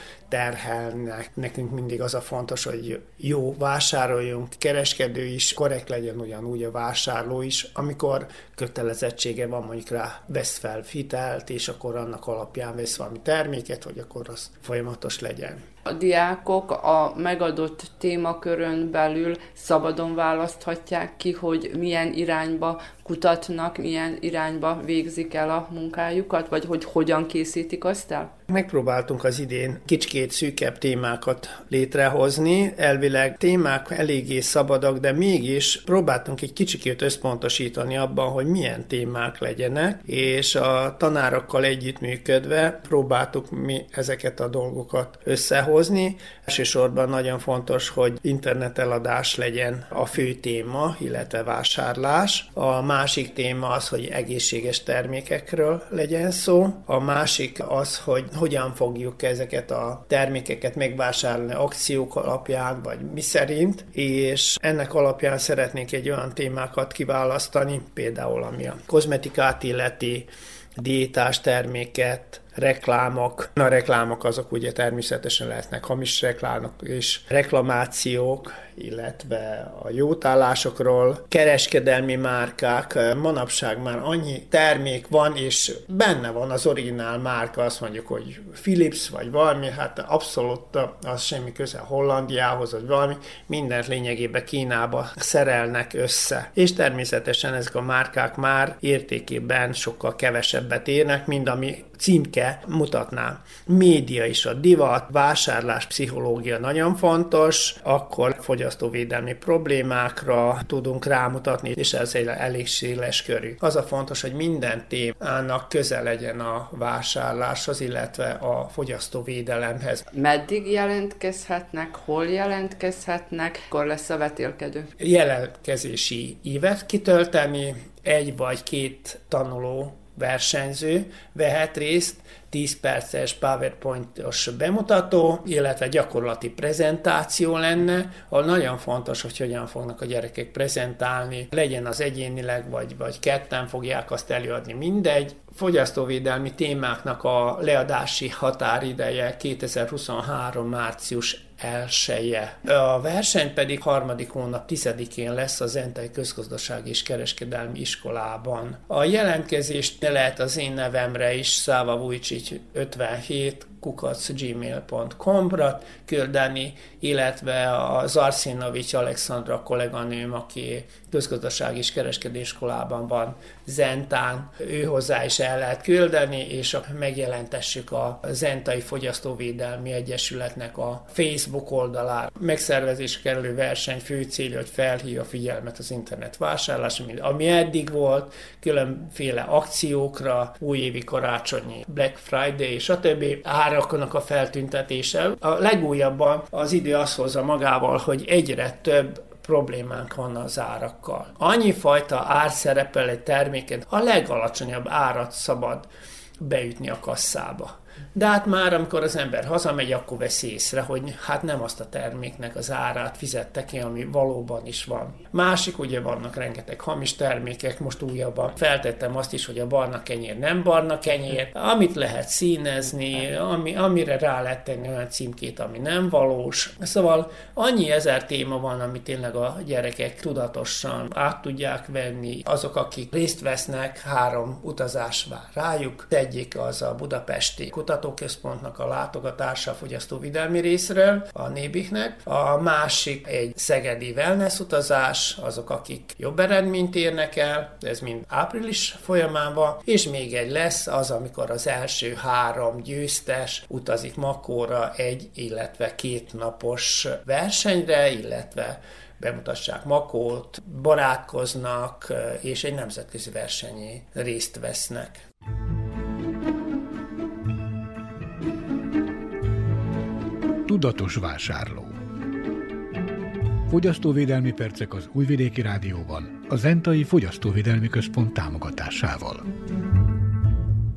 terhelnek. Nekünk mindig az a fontos, hogy jó, vásároljunk, kereskedő is, korrekt legyen ugyanúgy a vásárló is, amikor kötelezettsége van, mondjuk rá vesz fel hitelt, és akkor annak alapján vesz valami terméket, hogy akkor az folyamatos legyen. A diákok a megadott témakörön belül szabadon választhatják ki, hogy milyen irányba kutatnak, milyen irányba végzik el a munkájukat, vagy hogy hogyan készítik azt el? Megpróbáltunk az idén kicsikét szűkebb témákat létrehozni. Elvileg témák eléggé szabadak, de mégis próbáltunk egy kicsikét összpontosítani abban, hogy milyen témák legyenek, és a tanárokkal együttműködve próbáltuk mi ezeket a dolgokat összehozni. Elsősorban nagyon fontos, hogy interneteladás legyen a fő téma, illetve vásárlás. A másik téma az, hogy egészséges termékekről legyen szó. A másik az, hogy hogyan fogjuk ezeket a termékeket megvásárolni akciók alapján, vagy mi szerint, és ennek alapján szeretnénk egy olyan témákat kiválasztani, például ami a kozmetikát illeti, diétás terméket, reklámok. A reklámok azok ugye természetesen lehetnek hamis reklámok és reklamációk, illetve a jótállásokról, kereskedelmi márkák. Manapság már annyi termék van, és benne van az originál márka, azt mondjuk, hogy Philips vagy valami, hát abszolút az semmi köze Hollandiához, vagy valami, mindent lényegében Kínába szerelnek össze. És természetesen ezek a márkák már értékében sokkal kevesebbet érnek, mint ami címke mutatná. Média is, a divat, vásárlás, pszichológia nagyon fontos, akkor fogyasztóvédelmi problémákra tudunk rámutatni, és ez egy elég széles körű. Az a fontos, hogy minden témának köze legyen a vásárláshoz, illetve a fogyasztóvédelemhez. Meddig jelentkezhetnek, hol jelentkezhetnek, akkor lesz a vetélkedő? Jelentkezési évet kitölteni, 1 vagy 2 tanuló versenyző vehet részt, 10 perces PowerPoint-os bemutató, illetve gyakorlati prezentáció lenne, ahol nagyon fontos, hogy hogyan fognak a gyerekek prezentálni, legyen az egyénileg, vagy ketten fogják azt előadni, mindegy. Fogyasztóvédelmi témáknak a leadási határideje 2023. március 1-je. A verseny pedig 3. hónap 10-én lesz a Zentai Közgazdasági és Kereskedelmi Iskolában. A jelentkezést lehet az én nevemre is, savavujcic57@gmail.com-ra küldeni, illetve a Zarszinovics Alexandra kolléganőm, aki közgazdasági és kereskedési iskolában van Zentán, ő hozzá is el lehet küldeni, és megjelentessük a Zentai Fogyasztóvédelmi Egyesületnek a Facebook oldalán. Megszervezésre kerülő verseny fő célja, hogy felhívja a figyelmet az internet vásárlásra, ami eddig volt, különféle akciókra, újévi, karácsonyi, Black Friday és a többi áraknak a feltüntetése. A legújabban az idő azt hozza magával, hogy egyre több problémánk van az árakkal. Annyi fajta ár szerepel egy terméken, a legalacsonyabb árat szabad beütni a kasszába. De hát már amikor az ember hazamegy, akkor vesz észre, hogy hát nem azt a terméknek az árát fizette ki, ami valóban is van. Másik, ugye vannak rengeteg hamis termékek, most újabban feltettem azt is, hogy a barna kenyér nem barna kenyér, amit lehet színezni, amire rá lehet tenni olyan címkét, ami nem valós. Szóval annyi ezer téma van, ami tényleg a gyerekek tudatosan át tudják venni. Azok, akik részt vesznek, 3 utazás vár rájuk. Egyik az a budapesti kutatóközpontnak a látogatása a fogyasztóvédelmi részről, a Nébiknek. A másik egy szegedi wellness utazás, azok, akik jobb eredményt érnek el, ez mind április folyamában, és még egy lesz az, amikor az első 3 győztes utazik Makóra 1, illetve 2 napos versenyre, illetve bemutassák Makót, barátkoznak, és egy nemzetközi versenyen részt vesznek. Tudatos vásárló. Fogyasztóvédelmi percek az Újvidéki Rádióban, a Zentai Fogyasztóvédelmi Központ támogatásával.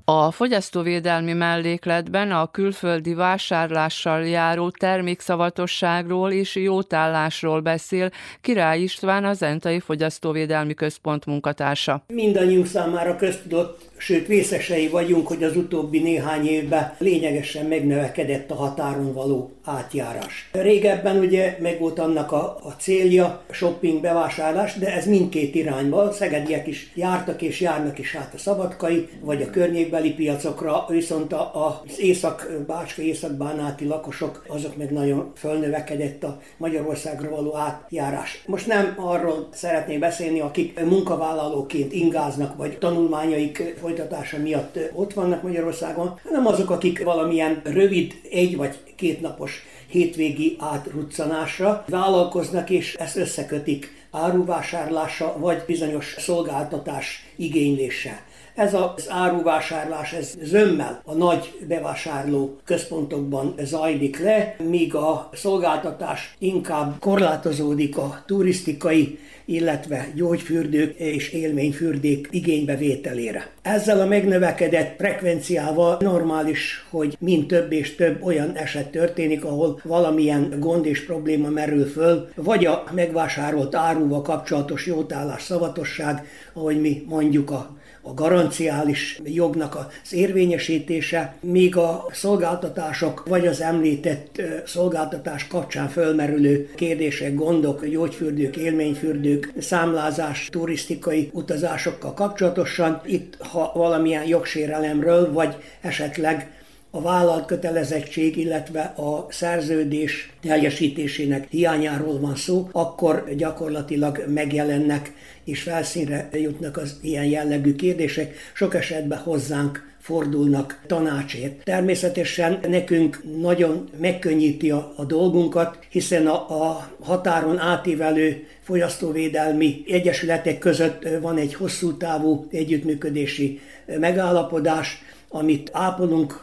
A fogyasztóvédelmi mellékletben a külföldi vásárlással járó termékszavatosságról és jótállásról beszél Király István, a Zentai Fogyasztóvédelmi Központ munkatársa. Mindannyiunk számára köztudott, sőt vészesei vagyunk, hogy az utóbbi néhány évben lényegesen megnövekedett a határon való átjárás. Régebben ugye megvolt annak a célja, shopping, bevásárlás, de ez mindkét irányba. A szegediek is jártak és járnak is át a szabadkai, vagy a környékbeli piacokra, viszont az Bácska északbánáti lakosok, azok meg nagyon fölnövekedett a Magyarországra való átjárás. Most nem arról szeretnék beszélni, akik munkavállalóként ingáznak, vagy tanulmányaik folytatása miatt ott vannak Magyarországon, hanem azok, akik valamilyen rövid, 1 vagy 2 napos hétvégi átruccanásra vállalkoznak, és ezt összekötik áruvásárlása vagy bizonyos szolgáltatás igénylése. Ez az áruvásárlás, ez zömmel a nagy bevásárló központokban zajlik le, míg a szolgáltatás inkább korlátozódik a turisztikai, illetve gyógyfürdők és élményfürdők igénybevételére. Ezzel a megnövekedett frekvenciával normális, hogy mind több és több olyan eset történik, ahol valamilyen gond és probléma merül föl, vagy a megvásárolt áruval kapcsolatos jótállás, szavatosság, ahogy mi mondjuk a garanciális jognak az érvényesítése, míg a szolgáltatások vagy az említett szolgáltatás kapcsán fölmerülő kérdések, gondok, gyógyfürdők, élményfürdők, számlázás, turisztikai utazásokkal kapcsolatosan, itt ha valamilyen jogsérelemről, vagy esetleg a vállalt kötelezettség, illetve a szerződés teljesítésének hiányáról van szó, akkor gyakorlatilag megjelennek és felszínre jutnak az ilyen jellegű kérdések. Sok esetben hozzánk fordulnak tanácsért. Természetesen nekünk nagyon megkönnyíti a dolgunkat, hiszen a határon átívelő fogyasztóvédelmi egyesületek között van egy hosszú távú együttműködési megállapodás, amit ápolunk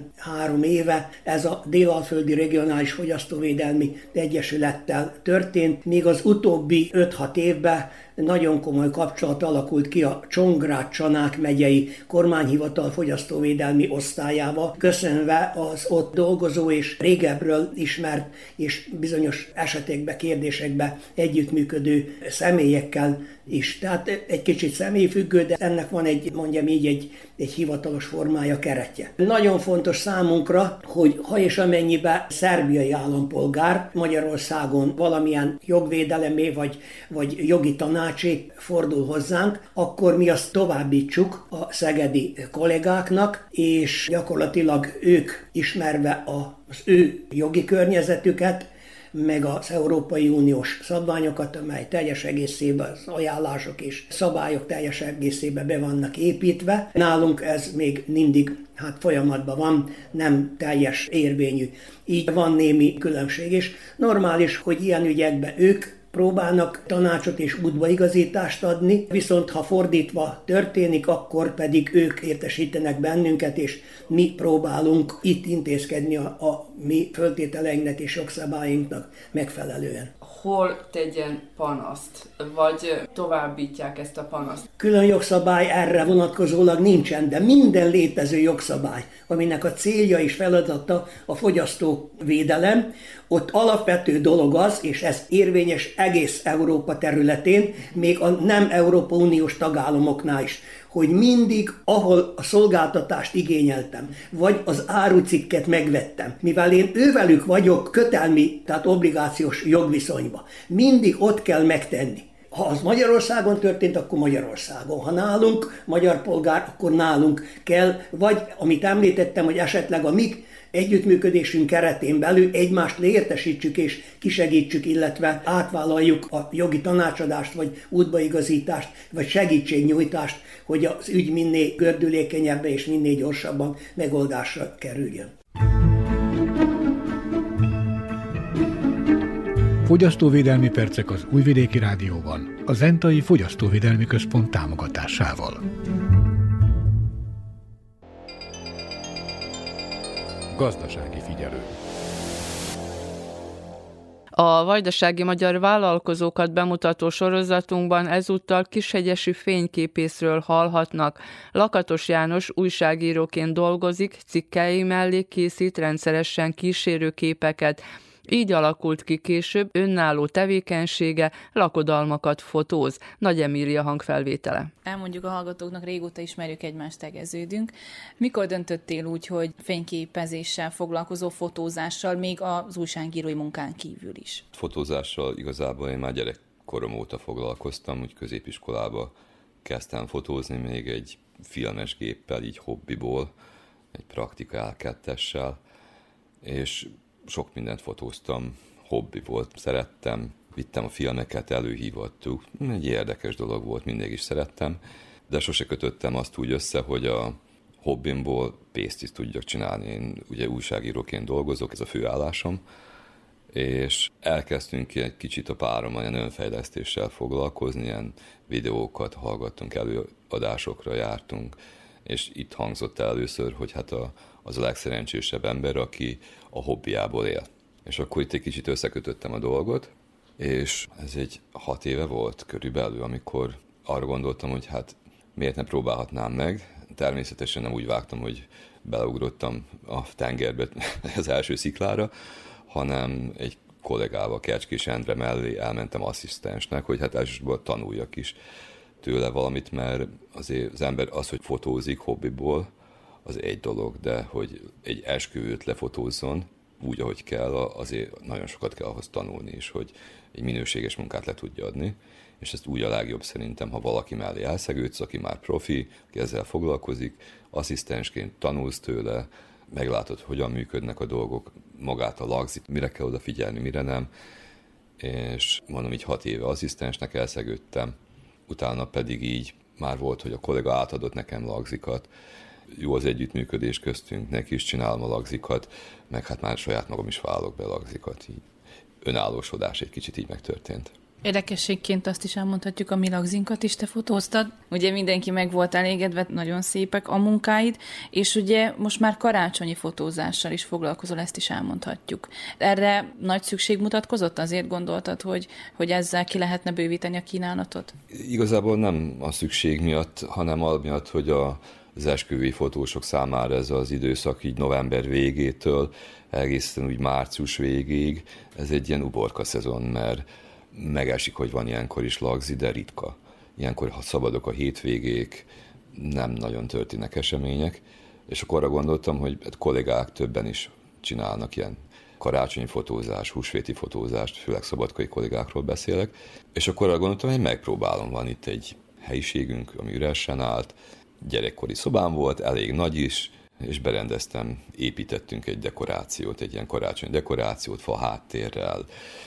13 éve, ez a Dél-Alföldi Regionális Fogyasztóvédelmi Egyesülettel történt, míg az utóbbi 5-6 évben nagyon komoly kapcsolat alakult ki a Csongrád-Csanák megyei kormányhivatal fogyasztóvédelmi osztályával, köszönve az ott dolgozó és régebbről ismert és bizonyos esetekben, kérdésekben együttműködő személyekkel is. Tehát egy kicsit személyfüggő, de ennek van egy hivatalos formája, keretje. Nagyon fontos számunkra, hogy ha és amennyiben szerbiai állampolgár Magyarországon valamilyen jogvédelemé vagy jogi tanácsé fordul hozzánk, akkor mi azt továbbítsuk a szegedi kollégáknak, és gyakorlatilag ők ismerve az ő jogi környezetüket, meg az Európai Uniós szabványokat, amely teljes egészében az ajánlások és szabályok teljes egészében be vannak építve. Nálunk ez még mindig folyamatban van, nem teljes érvényű. Így van némi különbség, és normális, hogy ilyen ügyekben ők próbálnak tanácsot és útbaigazítást adni, viszont ha fordítva történik, akkor pedig ők értesítenek bennünket, és mi próbálunk itt intézkedni a mi föltételeinknek és jogszabályunknak megfelelően. Hol tegyen panaszt, vagy továbbítják ezt a panaszt? Külön jogszabály erre vonatkozólag nincsen, de minden létező jogszabály, aminek a célja és feladata a fogyasztóvédelem, ott alapvető dolog az, és ez érvényes egész Európa területén, még a nem Európa Uniós tagállamoknál is, hogy mindig, ahol a szolgáltatást igényeltem, vagy az árucikket megvettem, mivel én ővelük vagyok kötelmi, tehát obligációs jogviszonyba, mindig ott kell megtenni. Ha az Magyarországon történt, akkor Magyarországon. Ha nálunk magyar polgár, akkor nálunk kell, vagy amit említettem, hogy esetleg a mi együttműködésünk keretén belül egymást leértesítsük és kisegítsük, illetve átvállaljuk a jogi tanácsadást, vagy útbaigazítást, vagy segítségnyújtást, hogy az ügy minél gördülékenyebben és minél gyorsabban megoldásra kerüljön. Fogyasztóvédelmi percek az Újvidéki Rádióban, a Zentai Fogyasztóvédelmi Központ támogatásával. Gazdasági figyelő. A vajdasági magyar vállalkozókat bemutató sorozatunkban ezúttal kishegyesi fényképészről hallhatnak. Lakatos János újságíróként dolgozik, cikkei mellé készít rendszeresen kísérőképeket. Így alakult ki később önálló tevékenysége, lakodalmakat fotóz. Nagy Emília hangfelvétele. Elmondjuk a hallgatóknak, régóta ismerjük egymást, tegeződünk. Mikor döntöttél úgy, hogy fényképezéssel foglalkozó fotózással, még az újságírói munkán kívül is? Fotózással igazából én már gyerekkorom óta foglalkoztam, úgy középiskolába kezdtem fotózni még egy filmes géppel, így hobbiból, egy Praktika L2-essel, és sok mindent fotóztam, hobbi volt, szerettem, vittem a filmeket, előhívattuk, egy érdekes dolog volt, mindig is szerettem, de sose kötöttem azt úgy össze, hogy a hobbimból pénzt is tudjak csinálni. Én ugye újságíróként dolgozok, ez a főállásom, és elkezdtünk egy kicsit a párommal ilyen önfejlesztéssel foglalkozni, ilyen videókat hallgattunk, előadásokra jártunk, és itt hangzott el először, hogy hát az a legszerencsésebb ember, aki a hobbiából él. És akkor itt egy kicsit összekötöttem a dolgot, és ez egy 6 éve volt körülbelül, amikor arra gondoltam, hogy hát miért ne próbálhatnám meg. Természetesen nem úgy vágtam, hogy beleugrottam a tengerbe az első sziklára, hanem egy kollégával, Kecskés Endre mellé elmentem asszisztensnek, hogy hát elsősorban tanuljak is tőle valamit, mert azért az ember az, hogy fotózik hobbiból, az egy dolog, de hogy egy esküvőt lefotózzon úgy, ahogy kell, azért nagyon sokat kell ahhoz tanulni is, hogy egy minőséges munkát le tudja adni, és ezt úgy a legjobb szerintem, ha valaki mellé elszegődsz, aki már profi, aki ezzel foglalkozik, asszisztensként tanulsz tőle, meglátod, hogyan működnek a dolgok, magát a lagzit, mire kell odafigyelni, mire nem, és mondom, így 6 éve asszisztensnek elszegődtem, utána pedig így már volt, hogy a kollega átadott nekem lagzikat, jó az együttműködés köztünk, neki is csinálom a lagzikat, meg hát már saját magam is vállalok be lagzikat, így önállósodás egy kicsit így megtörtént. Érdekességként azt is elmondhatjuk, a mi lagzinkat is te fotóztad. Ugye mindenki meg volt elégedve, nagyon szépek a munkáid, és ugye most már karácsonyi fotózással is foglalkozol, ezt is elmondhatjuk. Erre nagy szükség mutatkozott? Azért gondoltad, hogy ezzel ki lehetne bővíteni a kínálatot? Igazából nem a szükség miatt, hanem amiatt, hogy az esküvői fotósok számára ez az időszak így november végétől egészen úgy március végéig, ez egy ilyen uborka szezon, mert megesik, hogy van ilyenkor is lagzi, de ritka. Ilyenkor, ha szabadok a hétvégék, nem nagyon történnek események, és akkor arra gondoltam, hogy kollégák többen is csinálnak ilyen karácsonyi fotózás, húsvéti fotózást, főleg szabadkai kollégákról beszélek, és akkor arra gondoltam, hogy megpróbálom, van itt egy helyiségünk, ami üresen állt, gyerekkori szobám volt, elég nagy is, és berendeztem, építettünk egy dekorációt, egy ilyen karácsonyi dekorációt, fa háttérrel.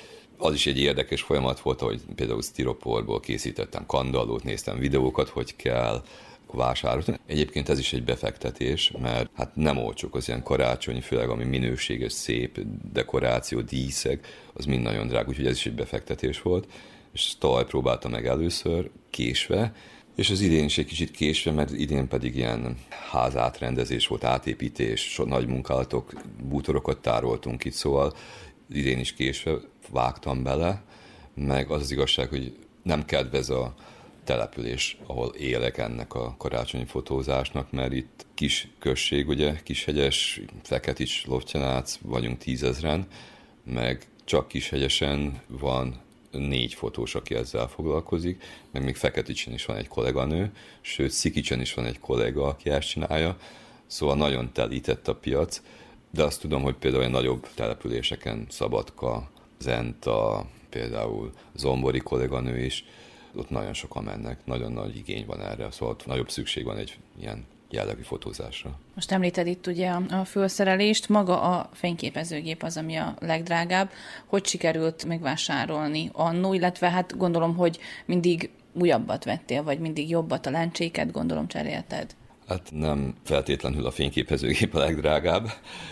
Az is egy érdekes folyamat volt, hogy például sztiroporból készítettem kandallót, néztem videókat, hogy kell, vásárolni. Egyébként ez is egy befektetés, mert hát nem olcsók az ilyen karácsonyi, főleg ami minőséges, szép dekoráció, díszek, az mind nagyon drága, úgyhogy ez is egy befektetés volt. És tavaly próbáltam meg először, késve, és az idén is egy kicsit késve, mert idén pedig ilyen házátrendezés volt, átépítés, nagy munkálatok, bútorokat tároltunk itt, szóval idén is késve vágtam bele, meg az az igazság, hogy nem kedvez a település, ahol élek ennek a karácsonyi fotózásnak, mert itt kis község, ugye, Kishegyes, Feketics, Lovtyanác, vagyunk 10 000-en, meg csak Kishegyesen van 4 fotós, aki ezzel foglalkozik, meg még Feketicsen is van egy kolléganő, sőt Szikicsen is van egy kolléga, aki ezt csinálja, szóval nagyon telített a piac, de azt tudom, hogy például nagyobb településeken, Szabadka, Zenta, például Zombori kolléganő is, ott nagyon sokan mennek, nagyon nagy igény van erre, szóval nagyobb szükség van egy ilyen jellegű fotózásra. Most említed itt ugye a felszerelést, maga a fényképezőgép az, ami a legdrágább. Hogy sikerült megvásárolni annó, illetve hát gondolom, hogy mindig újabbat vettél, vagy mindig jobbat, a lencséket gondolom cserélted? Hát nem feltétlenül a fényképezőgép a legdrágább,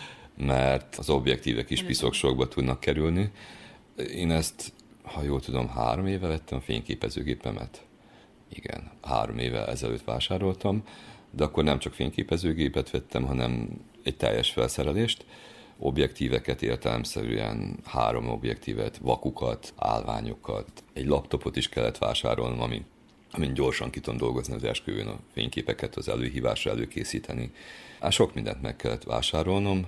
mert az objektívek is piszoksokba tudnak kerülni. Én ezt, ha jól tudom, 3 éve vettem a fényképezőgépemet. Igen, 3 évvel ezelőtt vásároltam, de akkor nem csak fényképezőgépet vettem, hanem egy teljes felszerelést, objektíveket, értelemszerűen 3 objektívet, vakukat, állványokat, egy laptopot is kellett vásárolnom, amin gyorsan ki tudom dolgozni az esküvőn a fényképeket, az előhívásra előkészíteni. Sok mindent meg kellett vásárolnom,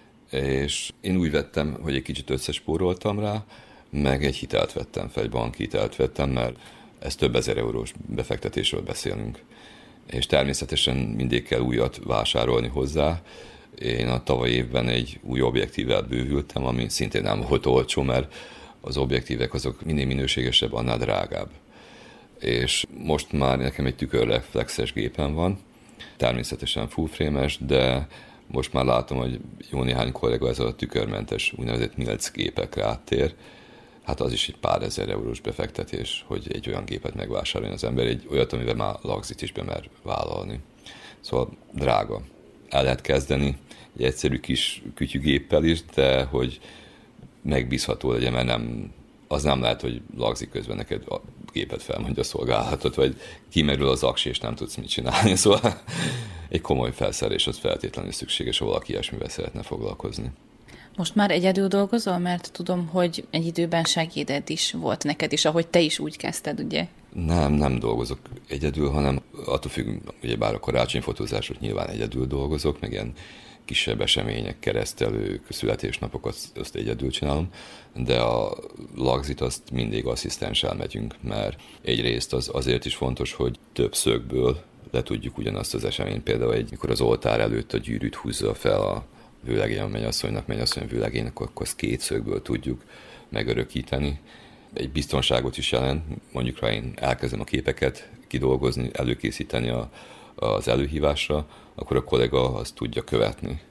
és én úgy vettem, hogy egy kicsit összespóroltam rá, meg egy hitelt vettem fel, egy bankhitelt vettem, mert ez több ezer eurós befektetésről beszélünk. És természetesen mindig kell újat vásárolni hozzá. Én a tavaly évben egy új objektívvel bővültem, ami szintén nem volt olcsó, mert az objektívek azok minél minőségesebb, annál drágább. És most már nekem egy tükörreflexes gépen van, természetesen full frame-es, de most már látom, hogy jó néhány kollega ez a tükörmentes úgynevezett milc gépekre áttér. Hát az is egy pár ezer eurós befektetés, hogy egy olyan gépet megvásároljon az ember, egy olyat, amivel már lagzit is bemer vállalni. Szóval drága. El lehet kezdeni egy egyszerű kis kütyügéppel is, de hogy megbízható legyen, mert az nem lehet, hogy lagzik közben neked a gépet felmondja a szolgálatot, vagy kimerül az aksi, és nem tudsz mit csinálni. Szóval egy komoly felszerelés az feltétlenül szükséges, ha valaki ilyesmivel szeretne foglalkozni. Most már egyedül dolgozol? Mert tudom, hogy egy időben segéded is volt neked is, ahogy te is úgy kezdted, ugye? Nem dolgozok egyedül, hanem attól függ, ugyebár a karácsonyfotózások nyilván egyedül dolgozok, meg ilyen kisebb események, keresztelők, születésnapokat azt egyedül csinálom, de a lagzit azt mindig asszisztenssel megyünk, mert egyrészt az azért is fontos, hogy több szögből le tudjuk ugyanazt az eseményt, például mikor az oltár előtt a gyűrűt húzza fel a vőlegény a mennyasszony vőlegénynek, akkor azt 2 szögből tudjuk megörökíteni. Egy biztonságot is jelent, mondjuk ha én elkezdem a képeket kidolgozni, előkészíteni az előhívásra, akkor a kollega azt tudja követni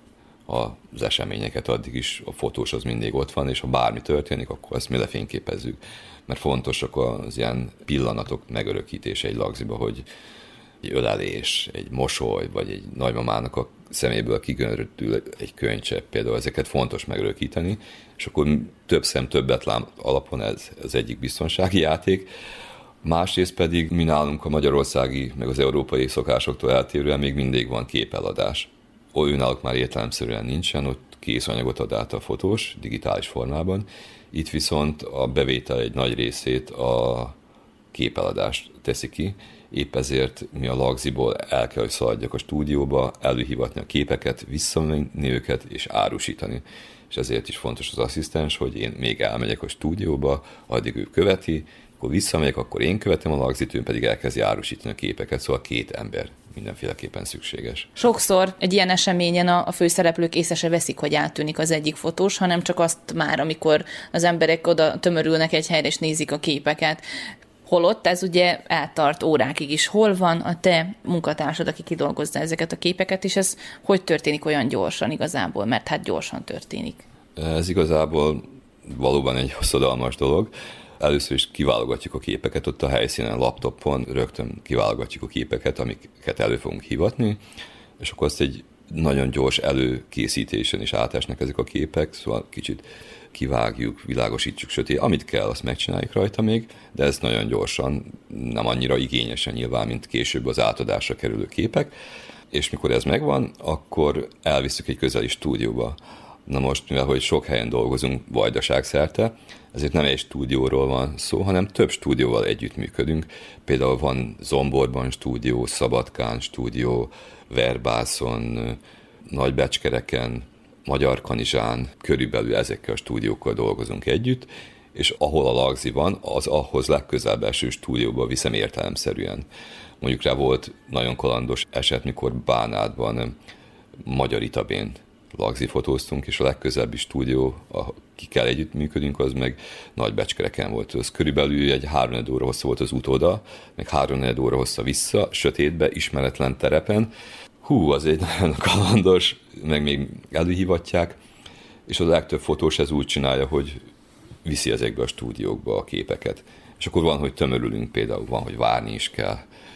az eseményeket, addig is a fotós az mindig ott van, és ha bármi történik, akkor ezt mi lefényképezzük. Mert fontosak az ilyen pillanatok megörökítése egy lagziba, hogy egy ölelés, egy mosoly, vagy egy nagymamának a szeméből kigördül egy könycsepp, például ezeket fontos megörökíteni, és akkor több szem, többet lám alapon ez az egyik biztonsági játék. Másrészt pedig mi nálunk a magyarországi, meg az európai szokásoktól eltérően még mindig van képeladás. Náluk már értelemszerűen nincsen, ott kész anyagot ad át a fotós digitális formában. Itt viszont a bevétel egy nagy részét a képeladást teszi ki, épp ezért mi a lagziból el kell, hogy szaladjak a stúdióba, előhívatni a képeket, visszamenni őket és árusítani. És ezért is fontos az asszisztens, hogy én még elmegyek a stúdióba, addig ő követi, akkor visszamegyek, akkor én követem a lagzit, ő pedig elkezdi árusítani a képeket, szóval 2 ember mindenféleképpen szükséges. Sokszor egy ilyen eseményen a főszereplők észre se veszik, hogy eltűnik az egyik fotós, hanem csak azt már, amikor az emberek oda tömörülnek egy helyre és nézik a képeket. Holott ez ugye eltart órákig is. Hol van a te munkatársad, aki kidolgozza ezeket a képeket, és ez hogy történik olyan gyorsan igazából, mert hát gyorsan történik? Ez igazából valóban egy hosszadalmas dolog. Először is kiválogatjuk a képeket ott a helyszínen, laptopon, rögtön kiválogatjuk a képeket, amiket elő fogunk hivatni, és akkor azt egy nagyon gyors előkészítésen is átesnek ezek a képek, szóval kicsit kivágjuk, világosítsuk, sötét, amit kell, azt megcsináljuk rajta még, de ez nagyon gyorsan, nem annyira igényesen nyilván, mint később az átadásra kerülő képek, és mikor ez megvan, akkor elviszük egy közeli stúdióba. Na most, mivel hogy sok helyen dolgozunk vajdaságszerte, ezért nem egy stúdióról van szó, hanem több stúdióval együttműködünk. Például van Zomborban stúdió, Szabadkán stúdió, Verbászon, Nagybecskereken, Magyarkanizsán, körülbelül ezekkel a stúdiókkal dolgozunk együtt, és ahol a lagzi van, az ahhoz legközelebb eső stúdióba viszem értelemszerűen. Mondjuk rá volt nagyon kalandos eset, mikor Bánátban Magyar Itabén lagzifotóztunk, és a legközelebbi stúdió, akikkel együttműködünk, az meg Nagybecskereken volt. Az körülbelül egy 3-4 óra hossza volt az út oda, meg 3-4 óra hossza vissza, sötétbe, ismeretlen terepen. Az egy nagyon kalandos, meg még előhívatják, és a legtöbb fotós ez úgy csinálja, hogy viszi ezekbe a stúdiókba a képeket. És akkor van, hogy tömörülünk, például van, hogy várni is kell,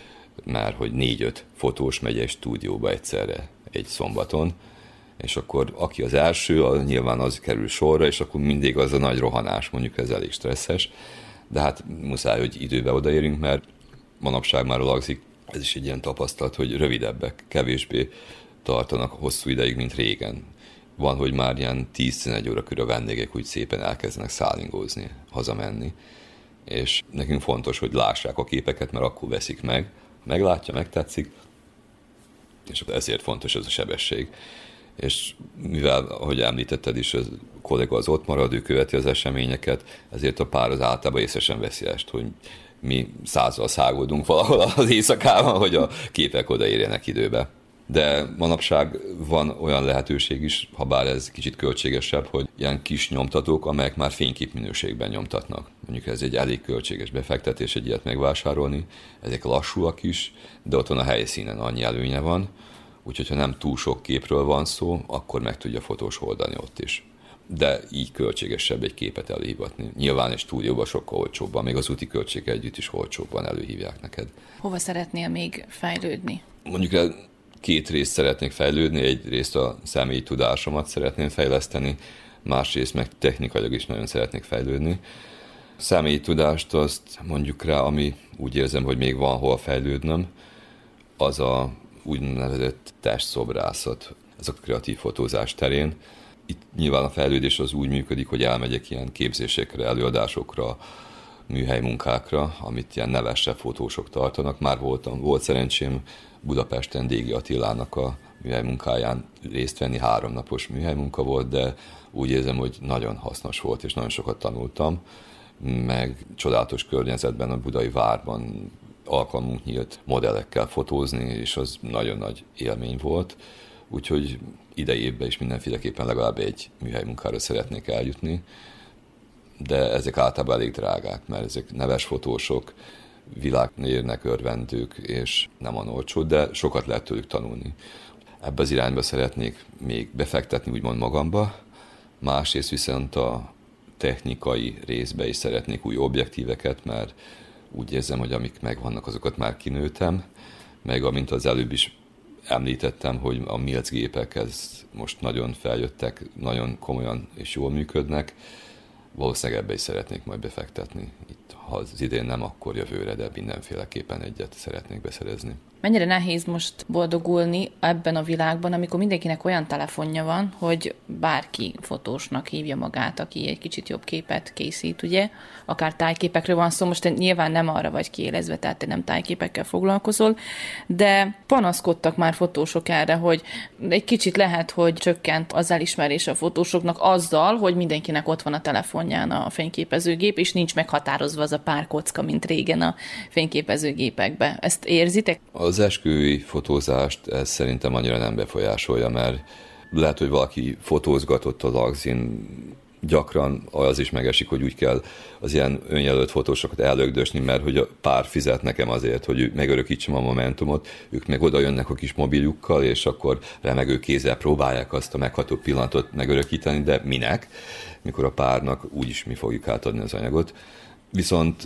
mert hogy 4-5 fotós megy egy stúdióba egyszerre egy szombaton, és akkor aki az első, nyilván az kerül sorra, és akkor mindig az a nagy rohanás, mondjuk ez elég stresszes, de hát muszáj, hogy időbe odaérünk, mert manapság már a lagzik, ez is egy ilyen tapasztalat, hogy rövidebbek, kevésbé tartanak hosszú ideig, mint régen. Van, hogy már ilyen 10-11 óra körül a vendégek úgy szépen elkezdenek szállingózni, hazamenni. És nekünk fontos, hogy lássák a képeket, mert akkor veszik meg. Meglátja, megtetszik, és ezért fontos ez a sebesség. És mivel, ahogy említetted is, a kolléga az ott marad, ő követi az eseményeket, ezért a pár az általában észre sem veszi ezt, hogy mi 100-al szágódunk valahol az éjszakában, hogy a képek odaérjenek időbe. De manapság van olyan lehetőség is, ha bár ez kicsit költségesebb, hogy ilyen kis nyomtatók, amelyek már fényképminőségben nyomtatnak. Mondjuk ez egy elég költséges befektetés, egy ilyet megvásárolni. Ezek lassúak is, de ott van a helyszínen annyi előnye van, úgyhogy ha nem túl sok képről van szó, akkor meg tudja fotós oldani ott is. De így költségesebb egy képet előhívatni. Nyilván egy stúdióban sokkal olcsóbban, még az úti költség együtt is olcsóbban előhívják neked. Hova szeretnél még fejlődni? Mondjuk 2 részt szeretnék fejlődni, egyrészt a személyi tudásomat szeretném fejleszteni, másrészt meg technikailag is nagyon szeretnék fejlődni. Személyi tudást azt mondjuk rá, ami úgy érzem, hogy még van hol fejlődnöm, az a úgynevezett testszobrászat, ez a kreatív fotózás terén. Itt nyilván a fejlődés az úgy működik, hogy elmegyek ilyen képzésekre, előadásokra, műhelymunkákra, amit ilyen nevesebb fotósok tartanak. Már volt szerencsém Budapesten Dégi Attilának a műhelymunkáján részt venni, 3 napos műhelymunka volt, de úgy érzem, hogy nagyon hasznos volt, és nagyon sokat tanultam, meg csodálatos környezetben, a Budai Várban alkalmunk nyílt modellekkel fotózni, és az nagyon nagy élmény volt. Úgyhogy idei évben is mindenféleképpen legalább egy műhelymunkára szeretnék eljutni, de ezek általában elég drágák, mert ezek neves fotósok, világnérnek örvendők, és nem olyan olcsó, de sokat lehet tőlük tanulni. Ebbe az irányba szeretnék még befektetni úgymond magamba, másrészt viszont a technikai részbe is szeretnék új objektíveket, mert úgy érzem, hogy amik megvannak, azokat már kinőttem, meg amint az előbb is említettem, hogy a Milc gépek most nagyon feljöttek, nagyon komolyan és jól működnek, valószínűleg ebbe is szeretnék majd befektetni. Itt, ha az idén nem, akkor jövőre, de mindenféleképpen egyet szeretnék beszerezni. Mennyire nehéz most boldogulni ebben a világban, amikor mindenkinek olyan telefonja van, hogy bárki fotósnak hívja magát, aki egy kicsit jobb képet készít, ugye? Akár tájképekről van szó, most nyilván nem arra vagy kiélezve, tehát te nem tájképekkel foglalkozol, de panaszkodtak már fotósok erre, hogy egy kicsit lehet, hogy csökkent az elismerés a fotósoknak azzal, hogy mindenkinek ott van a telefonján a fényképezőgép, és nincs meghatározva az a pár kocka, mint régen a fényképezőgépekben. Ezt érzitek? Az esküvői fotózást ez szerintem annyira nem befolyásolja, mert lehet, hogy valaki fotózgatott a lagzin, gyakran az is megesik, hogy úgy kell az ilyen önjelölt fotósokat ellögdösni, mert hogy a pár fizet nekem azért, hogy megörökítsem a momentumot, ők meg oda jönnek a kis mobiljukkal, és akkor remegő kézzel próbálják azt a megható pillanatot megörökíteni, de minek? Mikor a párnak úgyis mi fogjuk átadni az anyagot. Viszont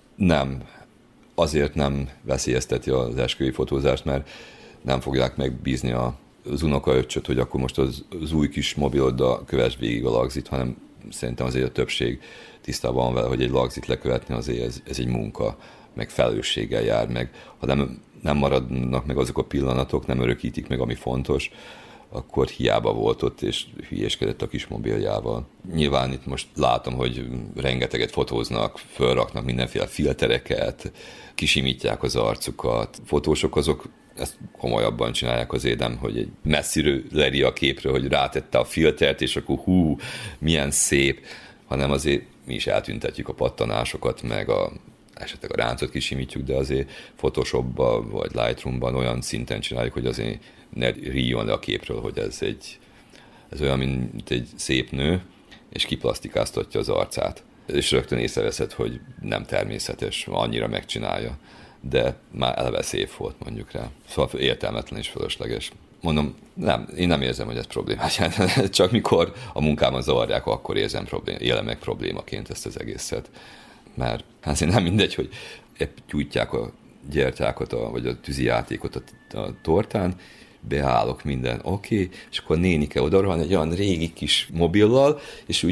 azért nem veszélyezteti az esküvői fotózást, mert nem fogják megbízni az unokaöccsöt, hogy akkor most az új kis mobiloddal kövess végig a lagzit, hanem szerintem azért a többség tisztában van vele, hogy egy lagzit lekövetni azért ez egy munka, meg felelősséggel jár, meg ha nem maradnak meg azok a pillanatok, nem örökítik meg, ami fontos, akkor hiába volt ott, és hülyéskedett a kis mobiljával. Nyilván itt most látom, hogy rengeteget fotóznak, fölraknak mindenféle filtereket, kisimítják az arcukat. Fotósok azok ezt komolyabban csinálják azért, nem, hogy egy messziről leri a képről, hogy rátette a filtert, és akkor milyen szép, hanem azért mi is eltüntetjük a pattanásokat, meg esetleg a ráncot kisimítjuk, de azért Photoshopban vagy Lightroomban olyan szinten csináljuk, hogy azért ne ríjon le a képről, hogy ez olyan, mint egy szép nő, és kiplasztikáztatja az arcát. És rögtön észreveszed, hogy nem természetes, annyira megcsinálja, de már eleve szép volt, mondjuk rá. Szóval értelmetlen és fölösleges. Mondom, én nem érzem, hogy ez problémás. Csak mikor a munkában zavarják, akkor élem meg problémaként ezt az egészet. Mert azért nem mindegy, hogy épp gyújtják a gyertyákat, vagy a tűzijátékot a tortán, beállok minden, oké, és akkor nénike oda rohan egy olyan régi kis mobillal, és úgy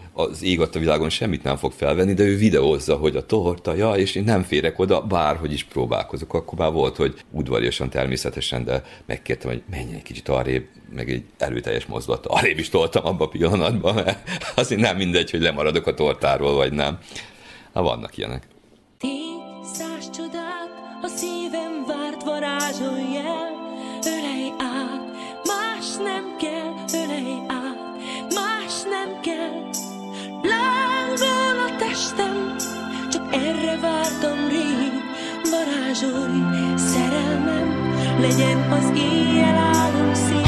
az ég a világon semmit nem fog felvenni, de ő videózza, hogy a torta, és én nem férek oda, bárhogy is próbálkozok. Akkor már volt, hogy udvariasan, természetesen, de megkértem, hogy menjen egy kicsit arrébb, meg egy erőteljes mozdulattal arrébb is toltam abban a pillanatban, mert azért nem mindegy, hogy lemaradok a tortáról, vagy nem. Vannak ilyenek. 100 csodát a szívem várt, varázsolj el, ölej át, más nem kell, ölej át, más nem kell. Lángol a testem, csak erre vártam rég, varázsolj, szerelmem, legyen az éjjel álom szín.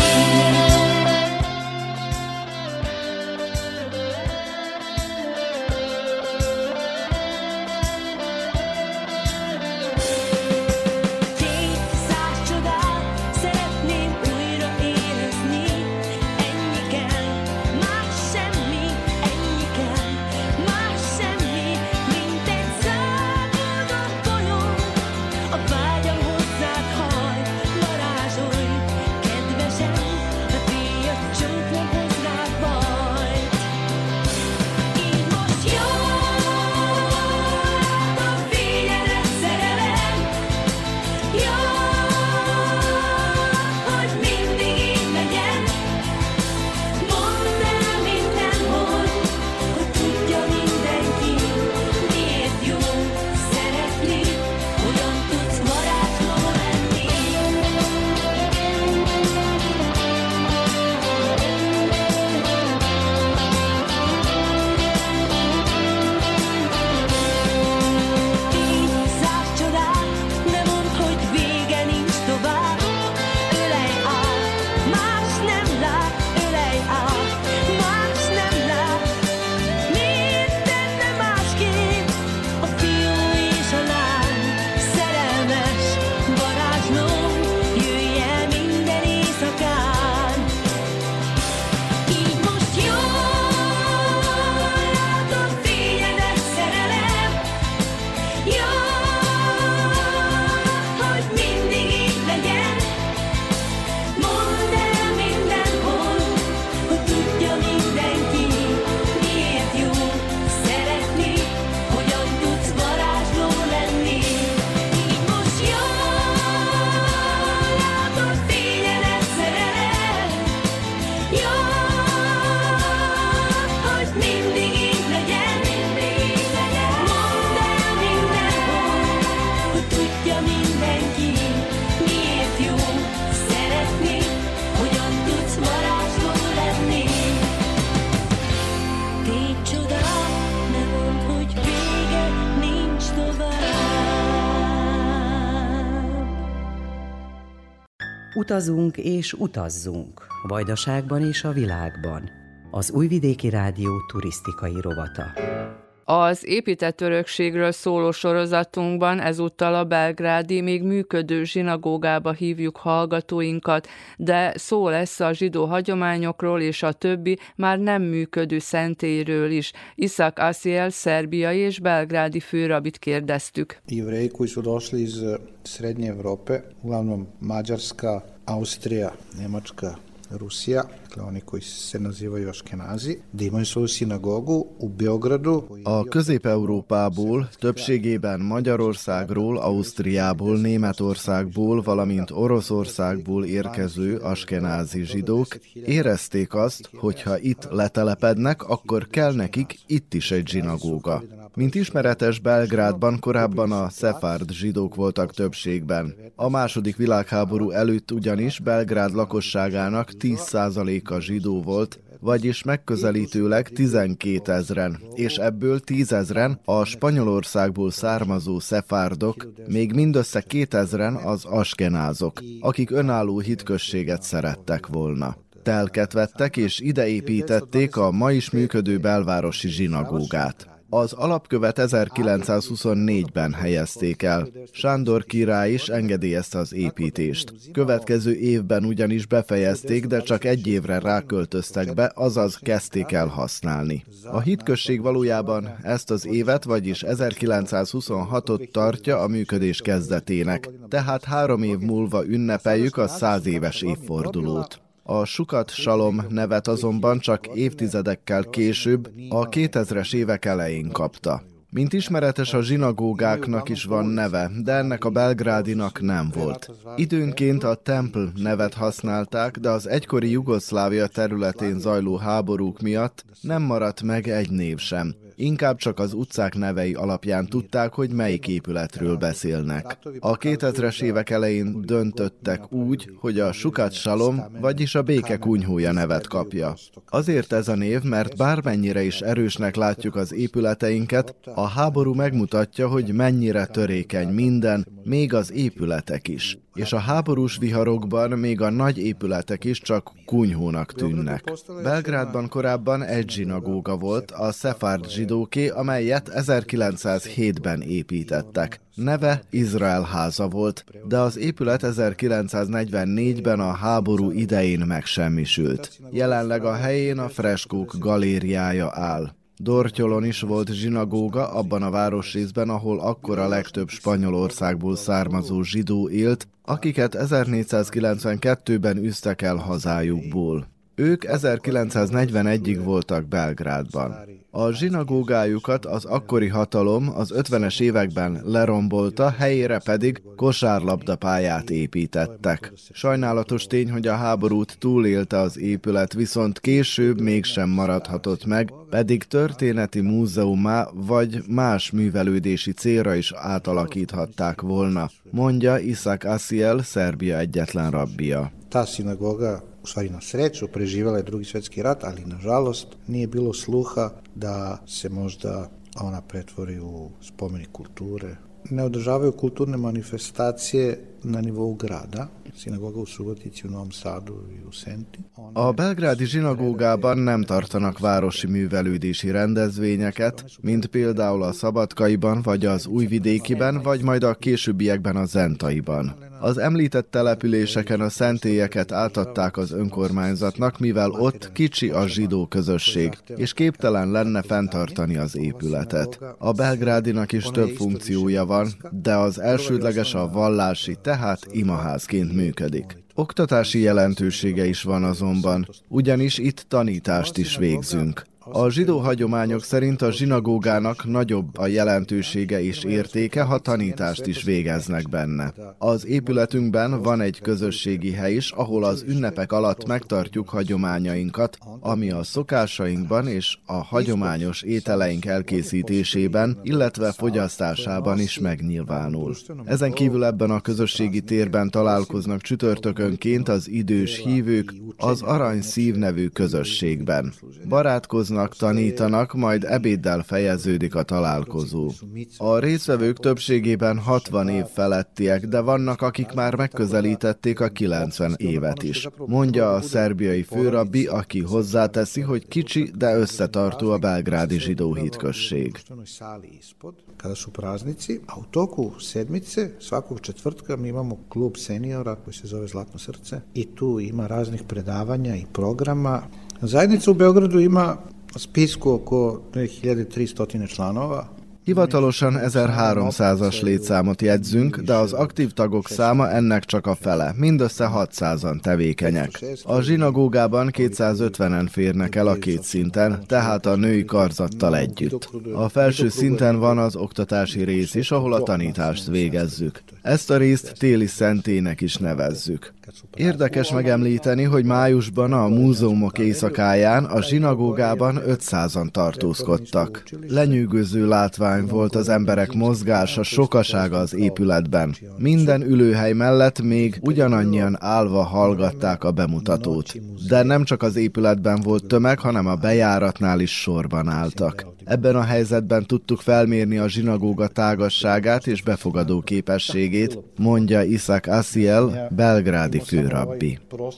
Utazunk és utazzunk, Vajdaságban és a világban. Az Újvidéki Rádió turisztikai rovata. Az épített örökségről szóló sorozatunkban ezúttal a belgrádi, még működő zsinagógába hívjuk hallgatóinkat, de szó lesz a zsidó hagyományokról és a többi már nem működő szentélyről is. Isak Asiel, szerbiai és belgrádi főrabit kérdeztük. Jevreji koji su došli iz Srednje Evrope, uglavnom Mađarska, Austrija, Njemačka, Rusija, dakle oni koji se nazivaju Aškenazi, da imaju svoju sinagogu u Beogradu. A Közép-Európából, többségében Magyarországról, Ausztriából, Németországból, valamint Oroszországból érkező askenázi zsidók érezték azt, hogyha itt letelepednek, akkor kell nekik itt is egy zsinagóga. Mint ismeretes, Belgrádban korábban a szefárd zsidók voltak többségben. A II. Világháború előtt ugyanis Belgrád lakosságának 10%-a zsidó volt, vagyis megközelítőleg 12 000, és ebből 10 000 a Spanyolországból származó szefárdok, még mindössze 2 000 az askenázok, akik önálló hitközséget szerettek volna. Telket vettek és ide építették a ma is működő belvárosi zsinagógát. Az alapkövet 1924-ben helyezték el. Sándor király is engedélyezte az építést. Következő évben ugyanis befejezték, de csak egy évre ráköltöztek be, azaz kezdték el használni. A hitközség valójában ezt az évet, vagyis 1926-ot tartja a működés kezdetének, tehát 3 év múlva ünnepeljük a 100 éves évfordulót. A Sukat Salom nevet azonban csak évtizedekkel később, a 2000-es évek elején kapta. Mint ismeretes, a zsinagógáknak is van neve, de ennek a belgrádinak nem volt. Időnként a Temple nevet használták, de az egykori Jugoszlávia területén zajló háborúk miatt nem maradt meg egy név sem. Inkább csak az utcák nevei alapján tudták, hogy melyik épületről beszélnek. A 2000-es évek elején döntöttek úgy, hogy a Sukat Salom, vagyis a béke kunyhója nevet kapja. Azért ez a név, mert bármennyire is erősnek látjuk az épületeinket, a háború megmutatja, hogy mennyire törékeny minden, még az épületek is. És a háborús viharokban még a nagy épületek is csak kunyhónak tűnnek. Belgrádban korábban egy zsinagóga volt, a szefárd zsidóké, amelyet 1907-ben építettek. Neve Izrael háza volt, de az épület 1944-ben a háború idején megsemmisült. Jelenleg a helyén a freskók galériája áll. Dortyolon is volt zsinagóga, abban a városrészben, ahol akkor a legtöbb Spanyolországból származó zsidó élt, akiket 1492-ben üztek el hazájukból. Ők 1941-ig voltak Belgrádban. A zsinagógájukat az akkori hatalom az 50-es években lerombolta, helyére pedig kosárlabdapályát építettek. Sajnálatos tény, hogy a háborút túlélte az épület, viszont később mégsem maradhatott meg, pedig történeti múzeummá vagy más művelődési célra is átalakíthatták volna, mondja Isak Asiel, Szerbia egyetlen rabbija. Ta sinagoga, u stvari na sreću, preživjela je Drugi svjetski rat, ali nažalost nije bilo sluha da se možda ona pretvori u spomenik kulture. Ne održavaju kulturne manifestacije na nivou grada, sinagoga u Subotici, u Novom Sadu i u Senti. A belgrádi zsinagógában nem tartanak városi művelődési rendezvényeket, mint például a Szabadkaiban, vagy az Újvidékiben, vagy majd a későbbiekben a Zentaiban. Az említett településeken a szentélyeket átadták az önkormányzatnak, mivel ott kicsi a zsidó közösség, és képtelen lenne fenntartani az épületet. A belgrádinak is több funkciója van, de az elsődleges a vallási, tehát imaházként működik. Oktatási jelentősége is van azonban, ugyanis itt tanítást is végzünk. A zsidó hagyományok szerint a zsinagógának nagyobb a jelentősége és értéke, ha tanítást is végeznek benne. Az épületünkben van egy közösségi hely is, ahol az ünnepek alatt megtartjuk hagyományainkat, ami a szokásainkban és a hagyományos ételeink elkészítésében, illetve fogyasztásában is megnyilvánul. Ezen kívül ebben a közösségi térben találkoznak csütörtökönként az idős hívők az Arany Szív nevű közösségben. Barátkoznak, tanítanak, majd ebéddel fejeződik a találkozó. A résztvevők többségében 60 év felettiek, de vannak, akik már megközelítették a 90 évet is. Mondja a szerbiai főrabbi, aki hozzáteszi, hogy kicsi, de összetartó a belgrádi zsidó hitközség. Kada su praznici, a u toku sedmice, svakog četvrtka mi imamo klub seniora koji se zove Zlatno srce i tu ima raznih predavanja i programa. Zajednica u Beogradu ima spisku oko 1300 članova. Hivatalosan 1300-as létszámot jegyzünk, de az aktív tagok száma ennek csak a fele, mindössze 600-an tevékenyek. A zsinagógában 250-en férnek el a két szinten, tehát a női karzattal együtt. A felső szinten van az oktatási rész is, ahol a tanítást végezzük. Ezt a részt téli szentélynek is nevezzük. Érdekes megemlíteni, hogy májusban a múzeumok éjszakáján a zsinagógában 500-an tartózkodtak. Lenyűgöző látvány volt az emberek mozgása, sokasága az épületben. Minden ülőhely mellett még ugyanannyian állva hallgatták a bemutatót. De nem csak az épületben volt tömeg, hanem a bejáratnál is sorban álltak. Ebben a helyzetben tudtuk felmérni a zsinagóga tágasságát és befogadó képességét, mondja Isak Asiel, belgrádi főrabbi.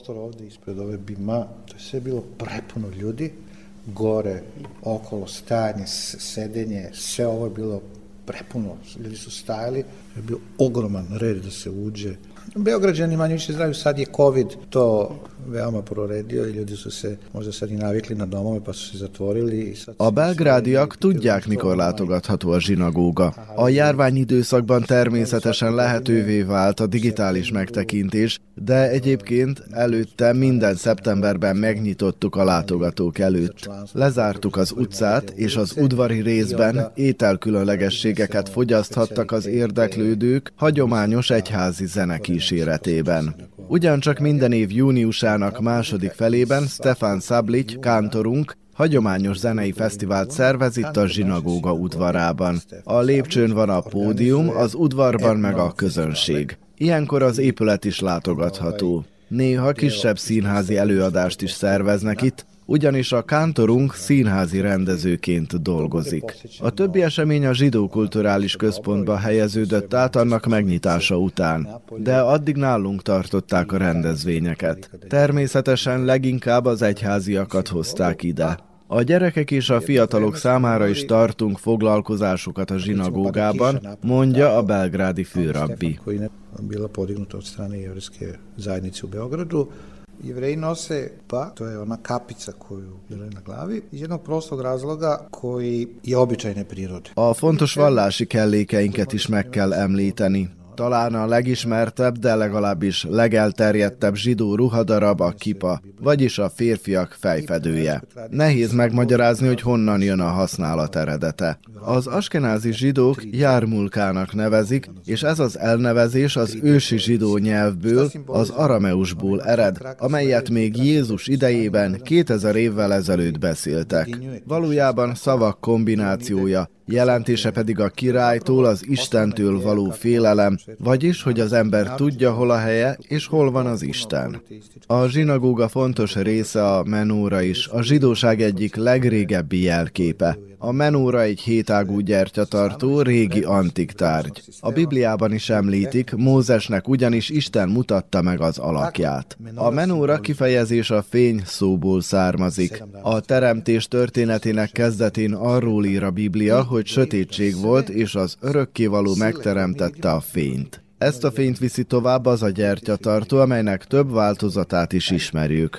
Gore, okolo, stajanje, sedenje, sve ovo je bilo prepuno, ljudi su stajali, je bio ogroman red da se uđe. Beograđani manje više znaju, sad je COVID to veoma proredio i ljudi su se možda sad i navikli na domove pa su se zatvorili. A belgrádiak tudják, mikor látogatható a zsinagóga. A járványidőszakban természetesen lehetővé vált a digitális megtekintés, de egyébként előtte minden szeptemberben megnyitottuk a látogatók előtt. Lezártuk az utcát, és az udvari részben ételkülönlegességeket fogyaszthattak az érdeklődők hagyományos egyházi zene kíséretében. Ugyancsak minden év júniusának második felében Stefan Sablic, kántorunk, hagyományos zenei fesztivált szervez itt a zsinagóga udvarában. A lépcsőn van a pódium, az udvarban meg a közönség. Ilyenkor az épület is látogatható. Néha kisebb színházi előadást is szerveznek itt, ugyanis a kántorunk színházi rendezőként dolgozik. A többi esemény a Zsidó Kulturális Központba helyeződött át annak megnyitása után, de addig nálunk tartották a rendezvényeket. Természetesen leginkább az egyháziakat hozták ide. A gyerekek és a fiatalok számára is tartunk foglalkozásokat a zsinagógában, mondja a belgrádi főrabbi. Jevreji nose pa, to je ona kapica koju drže na glavi, iz jednog prostog razloga koji je običajne prirode. A fontos vallási kellékeinket is meg kell említeni. Talán a legismertebb, de legalábbis legelterjedtebb zsidó ruhadarab a kipa, vagyis a férfiak fejfedője. Nehéz megmagyarázni, hogy honnan jön a használat eredete. Az askenázi zsidók jármulkának nevezik, és ez az elnevezés az ősi zsidó nyelvből, az arameusból ered, amelyet még Jézus idejében 2000 évvel ezelőtt beszéltek. Valójában szavak kombinációja, jelentése pedig a királytól, az Istentől való félelem, vagyis, hogy az ember tudja, hol a helye, és hol van az Isten. A zsinagóga fontos része a menóra is, a zsidóság egyik legrégebbi jelképe. A menóra egy hétágú gyertyatartó, régi antik tárgy. A Bibliában is említik, Mózesnek ugyanis Isten mutatta meg az alakját. A menóra kifejezés a fény szóból származik. A teremtés történetének kezdetén arról ír a Biblia, hogy sötétség volt, és az örökkévaló megteremtette a fényt. Ezt a fényt viszi tovább az a gyertyatartó, amelynek több változatát is ismerjük.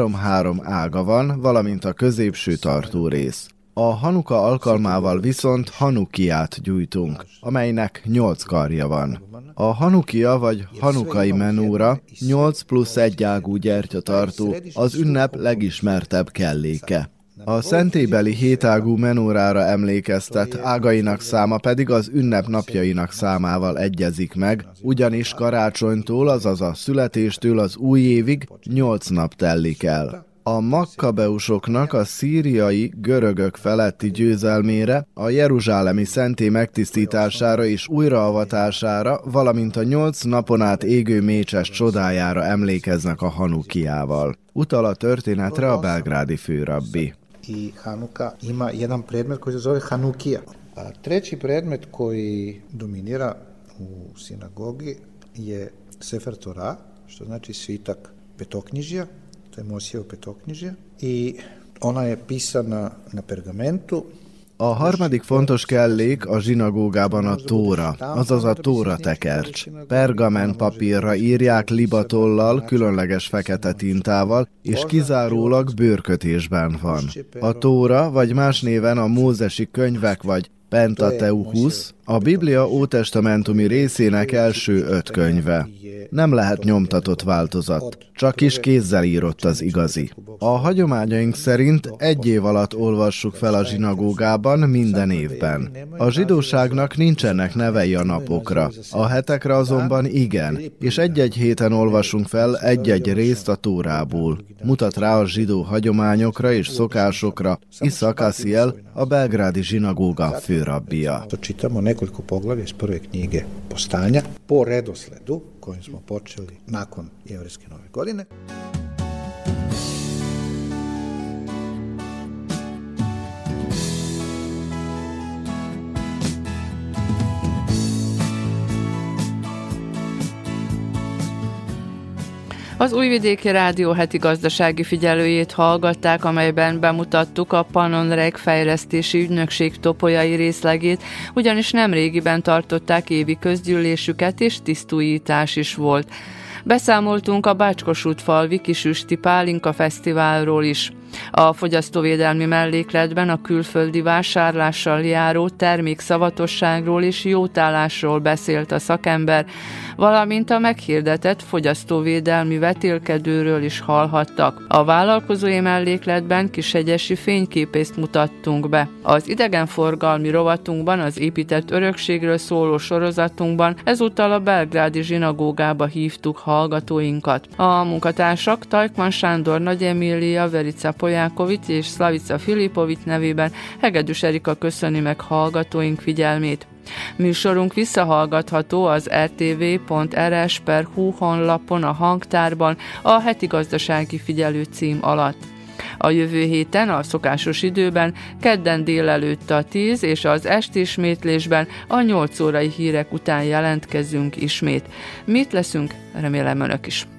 3-3 ága van, valamint a középső tartó rész. A Hanuka alkalmával viszont Hanukiát gyújtunk, amelynek 8 karja van. A Hanukia vagy hanukai menóra 8 plusz 1 ágú gyertyatartó, az ünnep legismertebb kelléke. A szentélybeli hétágú menórára emlékeztet, ágainak száma pedig az ünnep napjainak számával egyezik meg, ugyanis karácsonytól, azaz a születéstől az új évig 8 nap tellik el. A makkabeusoknak a szíriai görögök feletti győzelmére, a jeruzsálemi szentély megtisztítására és újraavatására, valamint a 8 napon át égő mécses csodájára emlékeznek a Hanukiával. Utal a történetre a belgrádi főrabbi. I Hanuka ima jedan predmet koji se zove Hanukija. A treći predmet koji dominira u sinagogi je Sefer Torah, što znači svitak petoknjižja, to je Mosijevo petoknjižje, i ona je pisana na pergamentu. A harmadik fontos kellék a zsinagógában a tóra, azaz a tóra tekercs. Pergament papírra írják libatollal, különleges fekete tintával, és kizárólag bőrkötésben van. A tóra, vagy más néven a mózesi könyvek vagy Pentateuchusz, a Biblia ótestamentumi részének első 5 könyve. Nem lehet nyomtatott változat, csak is kézzel írott az igazi. A hagyományaink szerint 1 év alatt olvassuk fel a zsinagógában minden évben. A zsidóságnak nincsenek nevei a napokra, a hetekre azonban igen, és egy-egy héten olvasunk fel egy-egy részt a Tórából. Mutat rá a zsidó hagyományokra és szokásokra Iszak Asiel, a belgrádi zsinagóga főrabbija. Nekoliko poglavlja iz prve knjige Postanja po redosledu kojim smo počeli nakon jevrejske nove godine. Az Újvidéki Rádió heti gazdasági figyelőjét hallgatták, amelyben bemutattuk a Pannonreg Fejlesztési Ügynökség topolyai részlegét, ugyanis nemrégiben tartották évi közgyűlésüket, és tisztújítás is volt. Beszámoltunk a Bácskosútfalvi Kisüsti Pálinka Fesztiválról is. A fogyasztóvédelmi mellékletben a külföldi vásárlással járó termékszavatosságról és jótállásról beszélt a szakember, valamint a meghirdetett fogyasztóvédelmi vetélkedőről is hallhattak. A vállalkozói mellékletben Kishegyesi fényképészt mutattunk be. Az idegenforgalmi rovatunkban, az épített örökségről szóló sorozatunkban ezúttal a belgrádi zsinagógába hívtuk hallgatóinkat. A munkatársak Tajkman Sándor, Nagy Emília, Verica Polyákovics és Slavica Filipovics nevében Hegedűs Erika köszöni meg hallgatóink figyelmét. Műsorunk visszahallgatható az rtv.rs.hu honlapon a hangtárban a heti gazdasági figyelő cím alatt. A jövő héten a szokásos időben kedden délelőtt a 10 és az esti ismétlésben a 8 órai hírek után jelentkezünk ismét. Mi itt leszünk, remélem önök is.